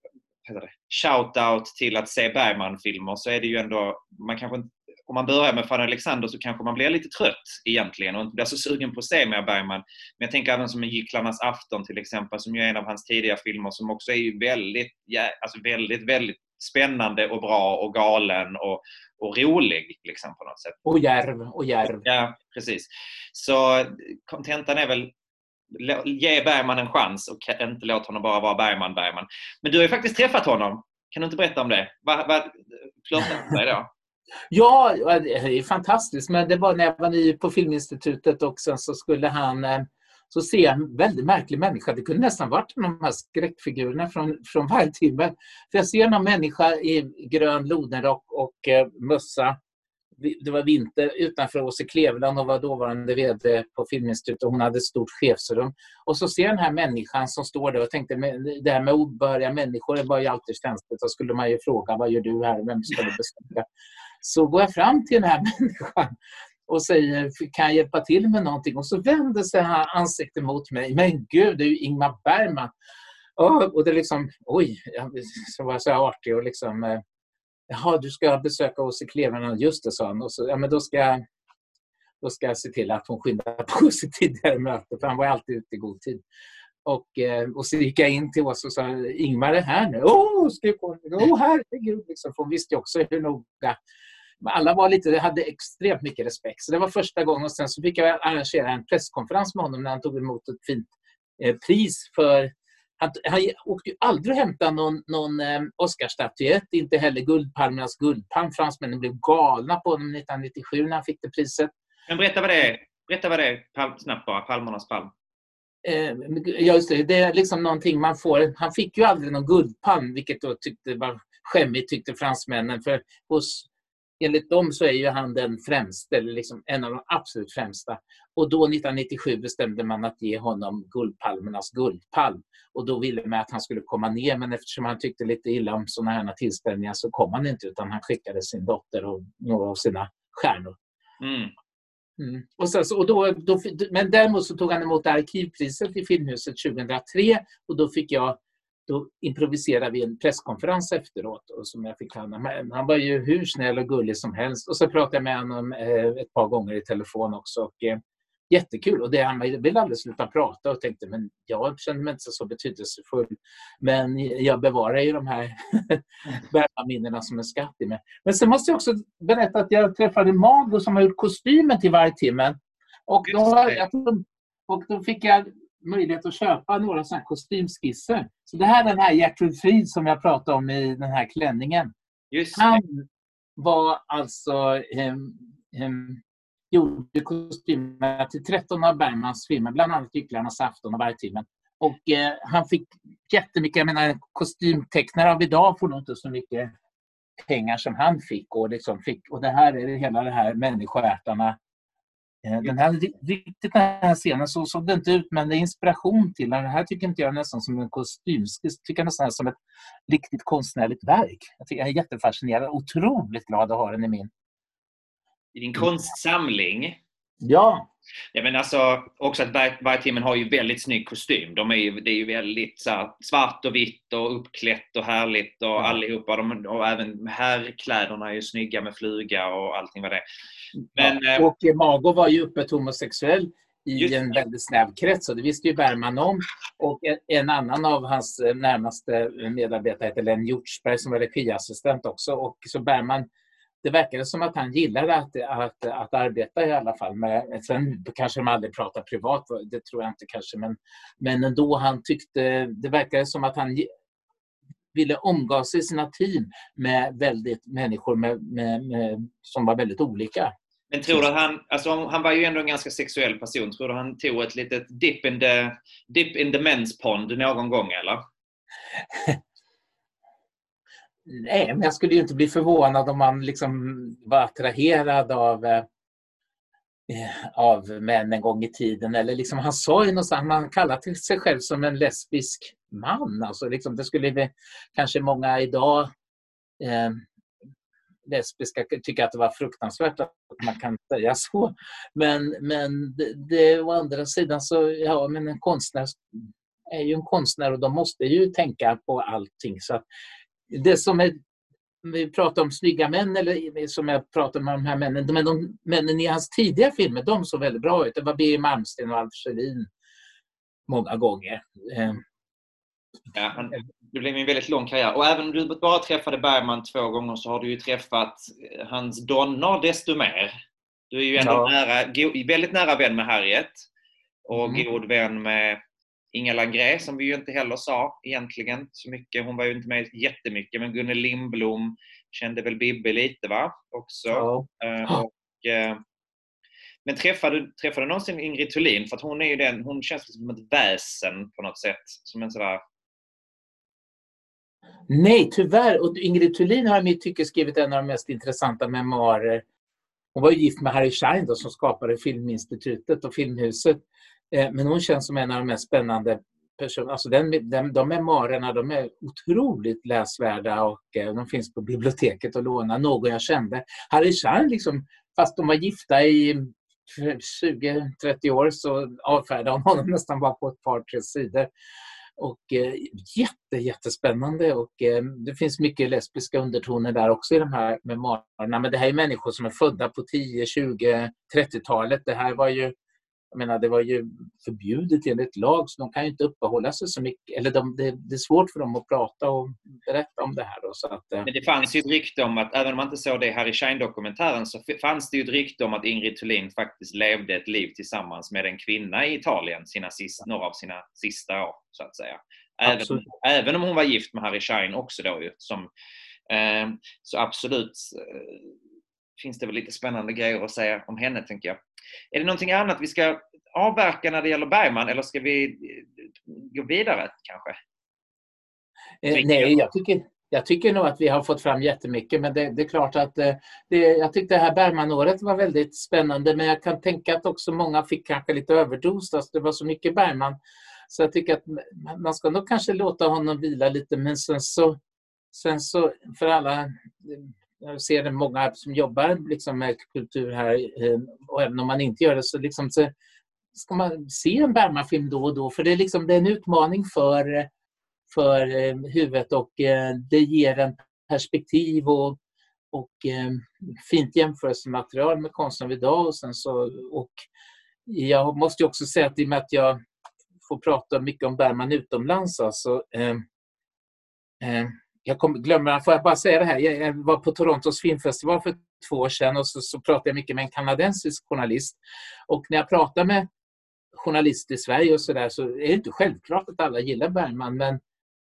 shout-out till att se Bergman-filmer, så är det ju ändå, man kanske inte, om man börjar med Fanny Alexander så kanske man blir lite trött egentligen och inte blir så sugen på att se mer Bergman. Men jag tänker även som en Gycklarnas afton till exempel, som ju är en av hans tidiga filmer, som också är ju väldigt, väldigt spännande och bra och galen och rolig liksom på något sätt. Och djärv. Ja, precis. Så kontentan är väl, ge Bergman en chans och inte låt honom bara vara Bergman. Men du har ju faktiskt träffat honom. Kan du inte berätta om det? Vad flörtade du med då? Ja, det är fantastiskt. Men det var när jag var ny på Filminstitutet, och sen så skulle han så se en väldigt märklig människa. Det kunde nästan varit de här skräckfigurerna från Vargtimmen. För jag ser någon människa i grön lodenrock och mössa det var vinter utanför Åse Kleveland och var dåvarande vd på Filminstitutet och hon hade ett stort chefsrum. Och så ser den här människan som står där och tänkte, det här med obehöriga människor är bara ju alltid känsligt. Så skulle man ju fråga, vad gör du här? Vem ska du besöka? Så går jag fram till den här människan och säger, kan jag hjälpa till med någonting? Och så vänder sig han ansiktet mot mig. Men gud, det är ju Ingmar Bergman. Och det liksom, oj, så var jag så artig och liksom, jaha, du ska besöka oss i Kleveland, just det, sa han. Och så, ja, men då ska jag se till att hon skyndar på sig tidigare möte, för han var alltid ute i god tid. Och så gick jag in till oss och sa, Ingmar är här nu. Herregud, liksom, för hon visste ju också hur noga. Alla hade extremt mycket respekt. Så det var första gången, och sen så fick jag arrangera en presskonferens med honom när han tog emot ett fint pris för... Han åkte ju aldrig hämta någon Oscarsstatyett, inte heller Guldpalmernas guldpalm. Fransmännen blev galna på honom 1997 när han fick det priset. Men berätta vad det är snabbt bara, Palmernas palm. Just det är liksom någonting man får. Han fick ju aldrig någon guldpalm, vilket då tyckte var skämmigt, tyckte fransmännen. För enligt dem så är ju han den främsta, eller liksom en av de absolut främsta. Och då 1997 bestämde man att ge honom Guldpalmernas guldpalm. Och då ville man att han skulle komma ner, men eftersom han tyckte lite illa om sådana här tillställningar så kom han inte, utan han skickade sin dotter och några av sina stjärnor. Men däremot så tog han emot arkivpriset i Filmhuset 2003 och då improviserade vi en presskonferens efteråt och som jag fick han var ju hur snäll och gullig som helst, och så pratade jag med honom ett par gånger i telefon också, och jättekul, och han ville aldrig sluta prata och tänkte, men jag kände mig inte så betydelsefull, men jag bevarar ju de här minnena som en skatt i mig. Men sen måste jag också berätta att jag träffade Mago som har gjort kostymen till Vargtimmen, och då fick jag möjlighet att köpa några sådana kostymskisser. Så det här är den här Gertrud Frid som jag pratade om i den här klänningen. Just han var alltså gjorde kostymer till 13 av Bergmans filmer, bland annat Gycklarnas afton och Vargtimmen. Och han fick jättemycket, jag menar, kostymtecknare av idag får nog inte så mycket pengar som han fick, och det här är hela det här människoärtarna. Den här scenen så såg det inte ut, men det är inspiration till den. Det här tycker inte jag nästan som en kostymskiss, tycker jag nästan som ett riktigt konstnärligt verk. Jag är jättefascinerad, otroligt glad att ha den i din konstsamling. Ja. Ja, men alltså också att Vargtimmen har ju väldigt snygg kostym. Det är ju väldigt så här, svart och vitt och uppklätt och härligt och allihopa. Och även herrkläderna är ju snygga med fluga och allting vad det är. Men, och Mago var ju öppet homosexuell i en väldigt snäv krets, och det visste ju Bergman om. Och en annan av hans närmaste medarbetare heter Len Hjortsberg som var regiassistent också. Och så Bergman, det verkade som att han gillade att arbeta i alla fall. Sen kanske de aldrig pratar privat, det tror jag inte kanske. Men ändå han tyckte, det verkade som att han ville omgå sig i sina team med människor som var väldigt olika. Men tror du att han var ju ändå en ganska sexuell person. Tror du han tog ett litet dip in the men's pond någon gång, eller? Nej, men jag skulle ju inte bli förvånad om man liksom var attraherad av män en gång i tiden. Eller liksom, han sa ju någonstans, man kallar sig själv som en lesbisk man. Alltså liksom, det skulle kanske många idag lesbiska tycka att det var fruktansvärt att man kan säga så. Men det å andra sidan så, ja, men en konstnär är ju en konstnär och de måste ju tänka på allting. Så att det som vi pratar om snygga män, eller som jag pratar med de här männen, men de männen i hans tidiga filmer, de såg väldigt bra ut. Det var Birger Malmsten och Alf Kjellin många gånger. Ja, det blev en väldigt lång karriär. Och även om du bara träffade Bergman 2 gånger så har du ju träffat hans donnor desto mer. Du är ju ändå väldigt nära vän med Harriet och god vän med Inga Langré, som vi ju inte heller sa egentligen så mycket. Hon var ju inte med jättemycket, men Gunnel Lindblom kände väl Bibbe lite, va? Också. Men träffade du någonsin Ingrid Thulin? För att hon är ju hon känns som ett väsen på något sätt. Som en sådär... Nej, tyvärr. Och Ingrid Thulin har i mitt tycke skrivit en av de mest intressanta memoarer Hon var ju gift med Harry Schein då, som skapade Filminstitutet och Filmhuset. Men hon känns som en av de mest spännande personerna. Alltså de memoarerna, de är otroligt läsvärda och de finns på biblioteket och låna. Någon jag kände. Harry Schein, liksom, fast de var gifta i 20-30 år, så avfärdade hon honom nästan bara på ett par, 3 sidor. Och jättespännande, och det finns mycket lesbiska undertoner där också i de här memoarerna. Men det här är människor som är födda på 10, 20, 30-talet. Det här var ju, jag menar, det var ju förbjudet enligt lag, så de kan ju inte uppehålla sig så mycket. Eller det är svårt för dem att prata och berätta om det här. Då, så att, men det fanns ju ett rykte om att, även om man inte såg det i Harry Schein-dokumentären, så fanns det ju ett rykte om att Ingrid Thulin faktiskt levde ett liv tillsammans med en kvinna i Italien några av sina sista år, så att säga. Även om hon var gift med Harry Schein också då ju. Så absolut finns det väl lite spännande grejer att säga om henne, tänker jag. Är det någonting annat vi ska avverka när det gäller Bergman, eller ska vi gå vidare kanske? Nej, jag tycker nog att vi har fått fram jättemycket, men det är klart att jag tyckte det här Bergman-året var väldigt spännande, men jag kan tänka att också många fick kanske lite överdos, alltså det var så mycket Bergman, så jag tycker att man ska nog kanske låta honom vila lite, men sen så för alla, jag ser det många som jobbar liksom med kultur här, och även om man inte gör det, så liksom så ska man se en Bergman-film då och då, för det är liksom, det är en utmaning för huvudet, och det ger en perspektiv och fint jämförelsematerial med konsten av idag. Och jag måste ju också säga att i och med att jag får prata mycket om Bergman utomlands, alltså, får jag bara säga det här, jag var på Torontos filmfestival för 2 år sedan, och så pratade jag mycket med en kanadensisk journalist, och när jag pratar med journalister i Sverige och sådär, så är det inte självklart att alla gillar Bergman, men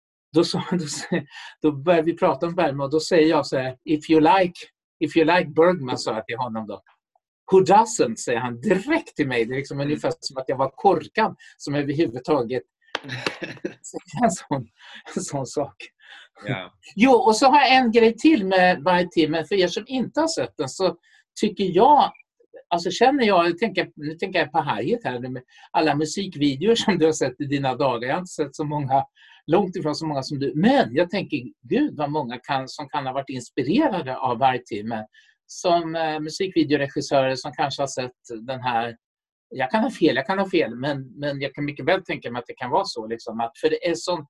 då börjar vi prata om Bergman, och då säger jag så här: if you like Bergman, sa jag till honom då. Who doesn't, säger han direkt till mig. Det är liksom ungefär som att jag var korkad som överhuvudtaget en sån sak. Yeah. Jo, och så har jag en grej till med Vargtimmen. För er som inte har sett den, så tycker jag, alltså känner jag, nu tänker jag på Harriet här med alla musikvideor som du har sett i dina dagar. Jag har inte sett så många, långt ifrån så många som du. Men jag tänker, gud vad många som kan ha varit inspirerade av Vargtimmen. Som musikvideoregissörer som kanske har sett den här. Jag kan ha fel, men jag kan mycket väl tänka mig att det kan vara så. Liksom, att, för det är sån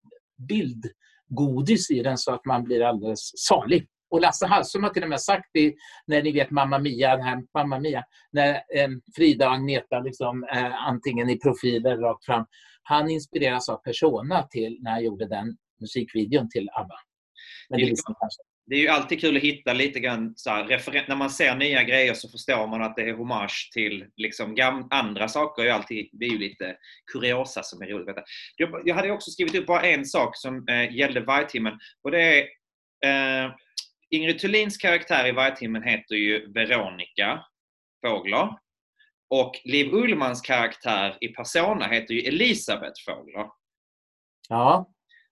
bildgodis i den så att man blir alldeles salig. Och Lasse Hallström har till och med sagt det, när ni vet Mamma Mia, när Frida och Agneta liksom, antingen i profil eller rakt fram. Han inspireras av Persona till när jag gjorde den musikvideon till ABBA. Men det är ju alltid kul att hitta lite grann så här, när man ser nya grejer, så förstår man att det är hommage till liksom andra saker. Det är ju lite kuriosa som är roligt. Jag hade också skrivit upp bara en sak som gällde Vargtimmen, och det är Ingrid Thulins karaktär i Vargtimmen heter ju Veronica Fågler, och Liv Ullmans karaktär i Persona heter ju Elisabeth Fågler. Ja.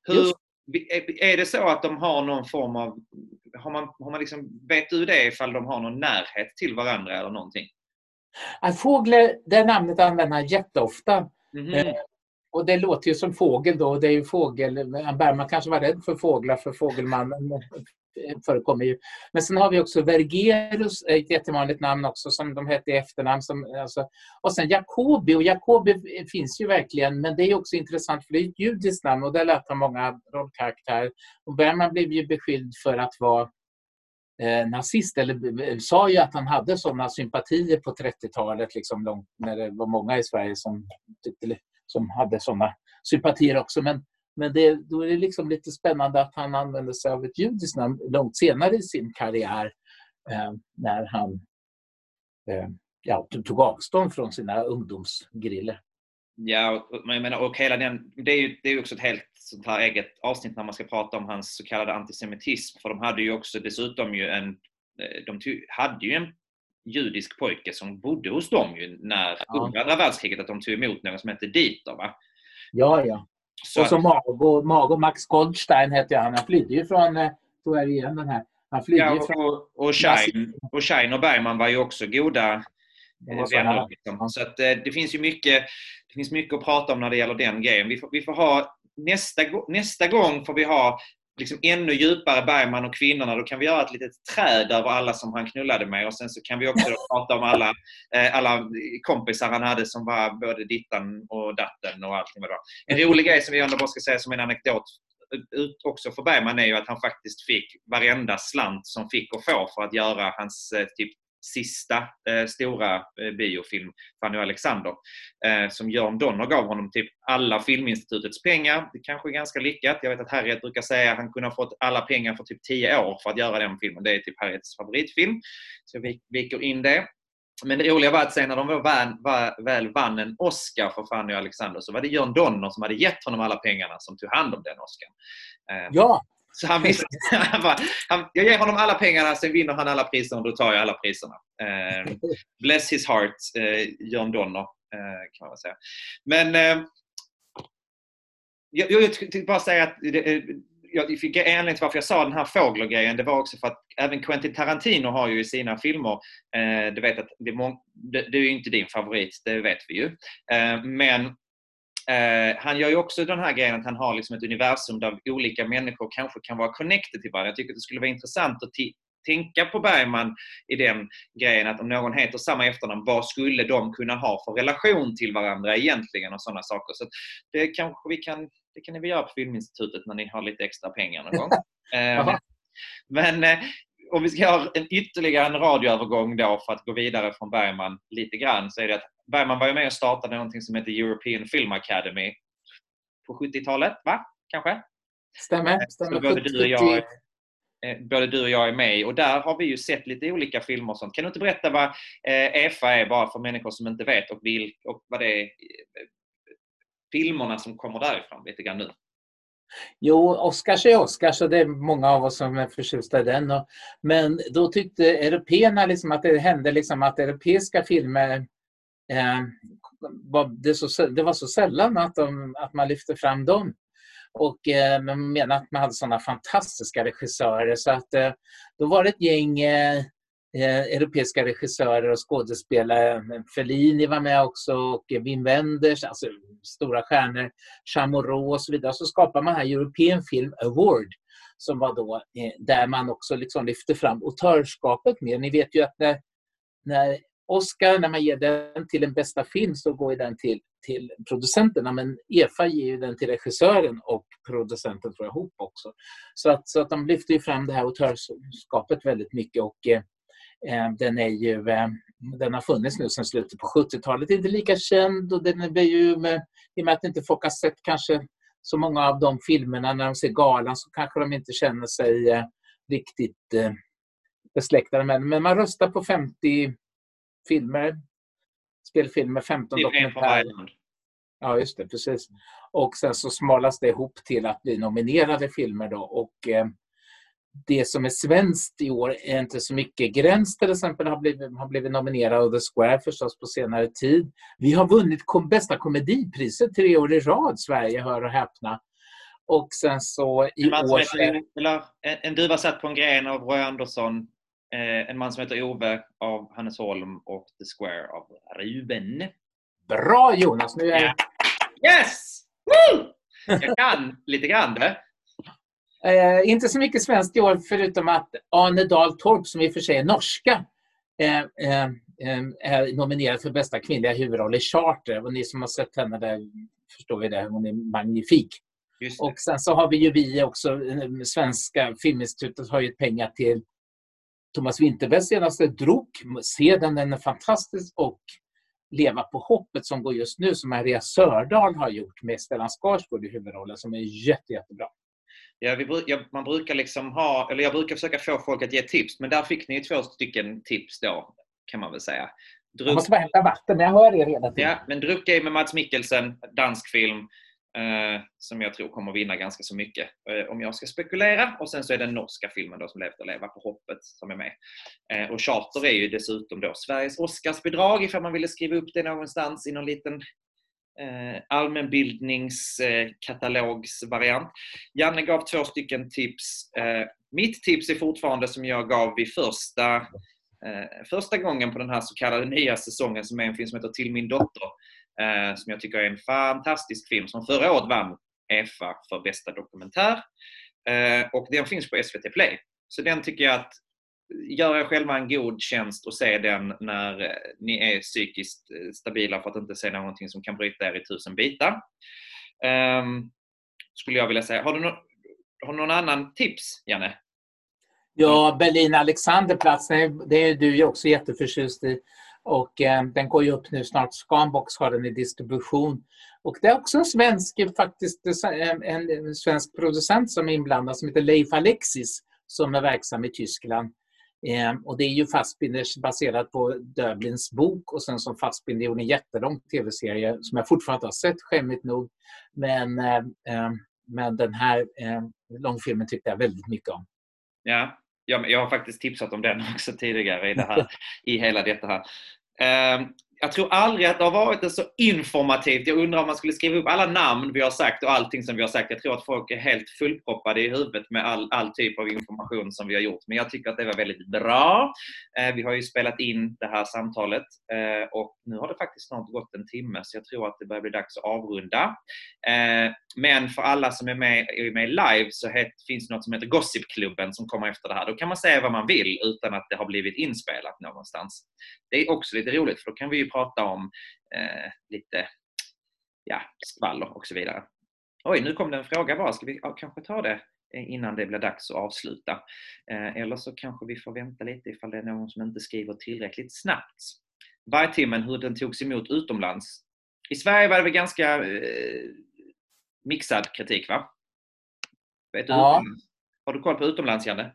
Är det så att de har någon form av, har man liksom, vet du det, ifall de har någon närhet till varandra eller någonting? Fågler, det namnet använder han jätteofta. Mm-hmm. Och det låter ju som fågel då, det är ju fågel. Bergman kanske var rädd för fåglar, för fågelmannen förekommer ju. Men sen har vi också Vergerus, ett jättevanligt namn också, som de hette i efternamn. Och sen Jacobi, och Jacobi finns ju verkligen, men det är också intressant för det är ett judiskt namn, och där lät han många rollkaraktärer. Och Bergman blev ju beskylld för att vara nazist, eller sa ju att han hade sådana sympatier på 30-talet, liksom långt, när det var många i Sverige som hade sådana sympatier också, men då är det liksom lite spännande att han använde sig av ett judiskt namn långt senare i sin karriär, när han tog avstånd från sina ungdomsgriller. Ja, och hela den, det är ju också ett helt sånt här eget avsnitt när man ska prata om hans så kallade antisemitism, för de hade ju också dessutom ju en judisk pojke som bodde hos dem ju under andra världskriget, att de tog emot någon som hette Dieter, va? Ja. Så och så Mago Max Goldstein hette han. Han flydde ju från, tror jag igen den här. Han flyger ju Ja, fram. och Shine och Bergman var ju också goda vänner. Liksom. Ja. Så att, det finns mycket att prata om när det gäller den grejen. Vi får ha nästa gång får vi ha liksom ännu djupare Bergman och kvinnorna. Då kan vi göra ett litet träd över alla som han knullade med, och sen så kan vi också prata om alla kompisar han hade som var både dittan och datten och allting. En rolig grej som vi ändå bara ska säga som en anekdot också för Bergman är ju att han faktiskt fick varenda slant som fick och få för att göra hans typ sista stora biofilm, Fanny och Alexander, som Jörn Donner gav honom typ alla Filminstitutets pengar. Det kanske är ganska lyckat. Jag vet att Harriet brukar säga att han kunde ha fått alla pengar för typ 10 år för att göra den filmen. Det är typ Harriets favoritfilm. Så vi viker in det. Men det roliga var att sen när de väl vann en Oscar för Fanny och Alexander, så var det Jörn Donner som hade gett honom alla pengarna som tog hand om den Oscar. Ja. Så han visste, jag ger honom alla pengarna, sen vinner han alla priser och då tar jag alla priserna. Bless his heart, Jörn Donner, kan man säga. Men jag tänkte bara säga att jag fick anledning till varför jag sa den här fågelgrejen. Det var också för att även Quentin Tarantino har ju i sina filmer, du vet att det är ju inte din favorit, det vet vi ju. Men han gör ju också den här grejen att han har liksom ett universum där olika människor kanske kan vara connected till varandra. Jag tycker att det skulle vara intressant att tänka på Bergman i den grejen att om någon heter samma efternamn, vad skulle de kunna ha för relation till varandra egentligen och sådana saker. Så det kanske det kan ni väl göra på Filminstitutet när ni har lite extra pengar någon gång. Men om vi ska ha ytterligare en radioövergång då för att gå vidare från Bergman lite grann, så är det att Bergman var ju med och startade någonting som heter European Film Academy på 70-talet, va? Kanske? Stämmer. Både du och jag är med, och där har vi ju sett lite olika filmer och sånt. Kan du inte berätta vad EFA är, bara för människor som inte vet, och vad det är filmerna som kommer därifrån lite grann nu? Jo, Oscars är Oscars, så det är många av oss som är förtjusta i den. Men då tyckte européerna liksom att det hände liksom att europeiska filmer det var så sällan att man lyfte fram dem. Och man menar att man hade sådana fantastiska regissörer, så att då var det ett gäng europeiska regissörer och skådespelare. Fellini var med också, och Wim Wenders, alltså stora stjärnor, Chamorro och så vidare. Så skapade man här European Film Award, som var då där man också liksom lyfte fram autörskapet mer. Ni vet ju att när Oscar, när man ger den till en bästa film, så går den till producenterna, men EFA ger ju den till regissören och producenten, tror jag, ihop också. Så att de lyfter ju fram det här autörskapet väldigt mycket, och den har funnits nu sedan slutet på 70-talet. Inte lika känd, och den är ju i och med att inte folk har sett kanske så många av de filmerna, när de ser galan så kanske de inte känner sig riktigt besläktade med. Men man röstar på 50 spelfilmer, 15 dokumentärer. Ja, just det, precis. Och sen så smalas det ihop till att bli nominerade filmer då, och det som är svenskt i år är inte så mycket. Gräns till exempel har blivit nominerad, och The Square förstås på senare tid. Vi har vunnit bästa komedipriset 3 år i rad, Sverige, hör och häpna. Och sen så i år... En duva satt på en gren av Roy Andersson, en man som heter Ove av Hannes Holm, och The Square av Ruben. Bra, Jonas! Nu är yeah. Yes! Woo! Jag kan lite grann det. Inte så mycket svenskt i år, förutom att Arne Dahl Torp, som i och för sig är norska, är nominerad för bästa kvinnliga huvudroll i Charter. Och ni som har sett henne där förstår vi det, hon är magnifik. Och sen så har vi också, Svenska Filminstitutet har ju pengar till Thomas Winterbergs senaste Druk. Se den är fantastisk, och Leva på hoppet som går just nu, som Maria Sördal har gjort med Stellan Skarsgård i huvudrollen, som är jättebra. Ja, man brukar liksom jag brukar försöka få folk att ge tips, men där fick ni 2 stycken tips då, kan man väl säga. Jag måste bara hämta vatten, men jag hör er redan. Ja, men Druk är med Mads Mikkelsen, dansk film, som jag tror kommer vinna ganska så mycket, om jag ska spekulera. Och sen så är det den norska filmen då, som Leva på hoppet, som är med. Och Charter är ju dessutom då Sveriges Oscarsbidrag, ifall man ville skriva upp det någonstans i någon liten allmänbildningskatalogsvariant. Janne gav 2 stycken tips. Mitt tips är fortfarande som jag gav vid första gången på den här så kallade nya säsongen, som är en film som heter Till min dotter, som jag tycker är en fantastisk film som förra året vann EFA för bästa dokumentär, och den finns på SVT Play. Så den tycker jag att gör er själva en god tjänst och se den när ni är psykiskt stabila, för att inte se någonting som kan bryta er i 1000 bitar. Skulle jag vilja säga. Har du någon annan tips, Janne? Ja, Berlin Alexanderplatz, det är du ju också jätteförtjust i. Och den går ju upp nu snart. Scanbox har den i distribution. Och det är också en svensk producent som är inblandad, som heter Leif Alexis, som är verksam i Tyskland. Och det är ju Fassbinders baserat på Döblins bok, och sen som Fassbinder gjorde en jättelång tv-serie som jag fortfarande inte har sett, skämmigt nog. Men den här långfilmen tyckte jag väldigt mycket om. Ja, jag har faktiskt tipsat om den också tidigare i hela detta här. Jag tror aldrig att det har varit så informativt. Jag undrar om man skulle skriva upp alla namn vi har sagt och allting som vi har sagt. Jag tror att folk är helt fullproppade i huvudet med all typ av information som vi har gjort. Men jag tycker att det var väldigt bra. Vi har ju spelat in det här samtalet och nu har det faktiskt snart gått en timme, så jag tror att det börjar bli dags att avrunda. Men för alla som är med live så finns det något som heter Gossipklubben som kommer efter det här. Då kan man säga vad man vill utan att det har blivit inspelat någonstans. Det är också lite roligt, för då kan vi ju prata om lite skvaller och så vidare. Oj, nu kom det en fråga bara. Ska vi kanske ta det innan det blir dags att avsluta? Eller så kanske vi får vänta lite ifall det är någon som inte skriver tillräckligt snabbt. Vargtimmen, hur den togs emot utomlands. I Sverige var det väl ganska mixad kritik, va? Vet du, ja. Har du koll på utomlands, Janne?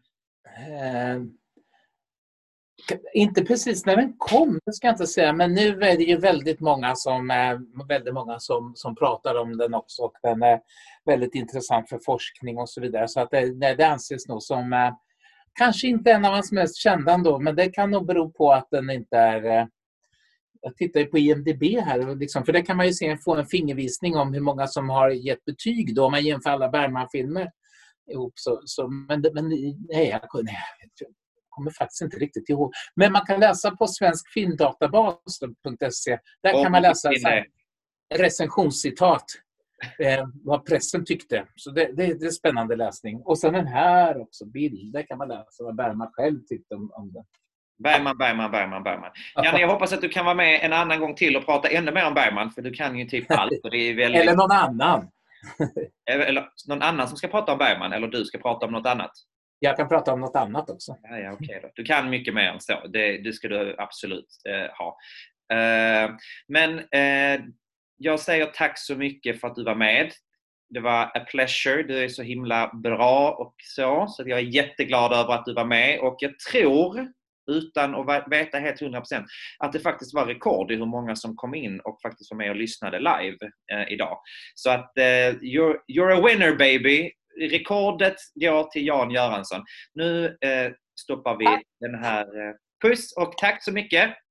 Inte precis när den kom, det ska jag inte säga, men nu är det ju väldigt många som pratar om den också, och den är väldigt intressant för forskning och så vidare, så att det anses nog som kanske inte en av hans mest kända ändå, men det kan nog bero på att den inte är. Jag tittar ju på IMDb här, liksom, för det kan man ju få en fingervisning om hur många som har gett betyg då, om man jämför alla Bergman-filmer ihop. Men nej, jag kommer faktiskt inte riktigt ihåg. Men man kan läsa på svenskfilmdatabas.se. Där kan man läsa recensionscitat, vad pressen tyckte. Så det är spännande läsning. Och sen den här också, bilder kan man läsa vad Bergman själv tyckte om det. Bergman. Janne, jag hoppas att du kan vara med en annan gång till och prata ännu mer om Bergman, för du kan ju typ allt. Och det är väldigt... Eller någon annan. Eller någon annan som ska prata om Bergman, eller du ska prata om något annat. Jag kan prata om något annat också. Ja, okej då. Du kan mycket mer än så. Det ska du absolut ha. Men jag säger tack så mycket för att du var med. Det var a pleasure. Du är så himla bra och så jag är jätteglad över att du var med. Och jag tror, utan att veta helt 100%, att det faktiskt var rekord i hur många som kom in och faktiskt var med och lyssnade live idag. Så att you're a winner, baby. Rekordet går till Jan Göransson. Nu stoppar vi den här. Puss och tack så mycket.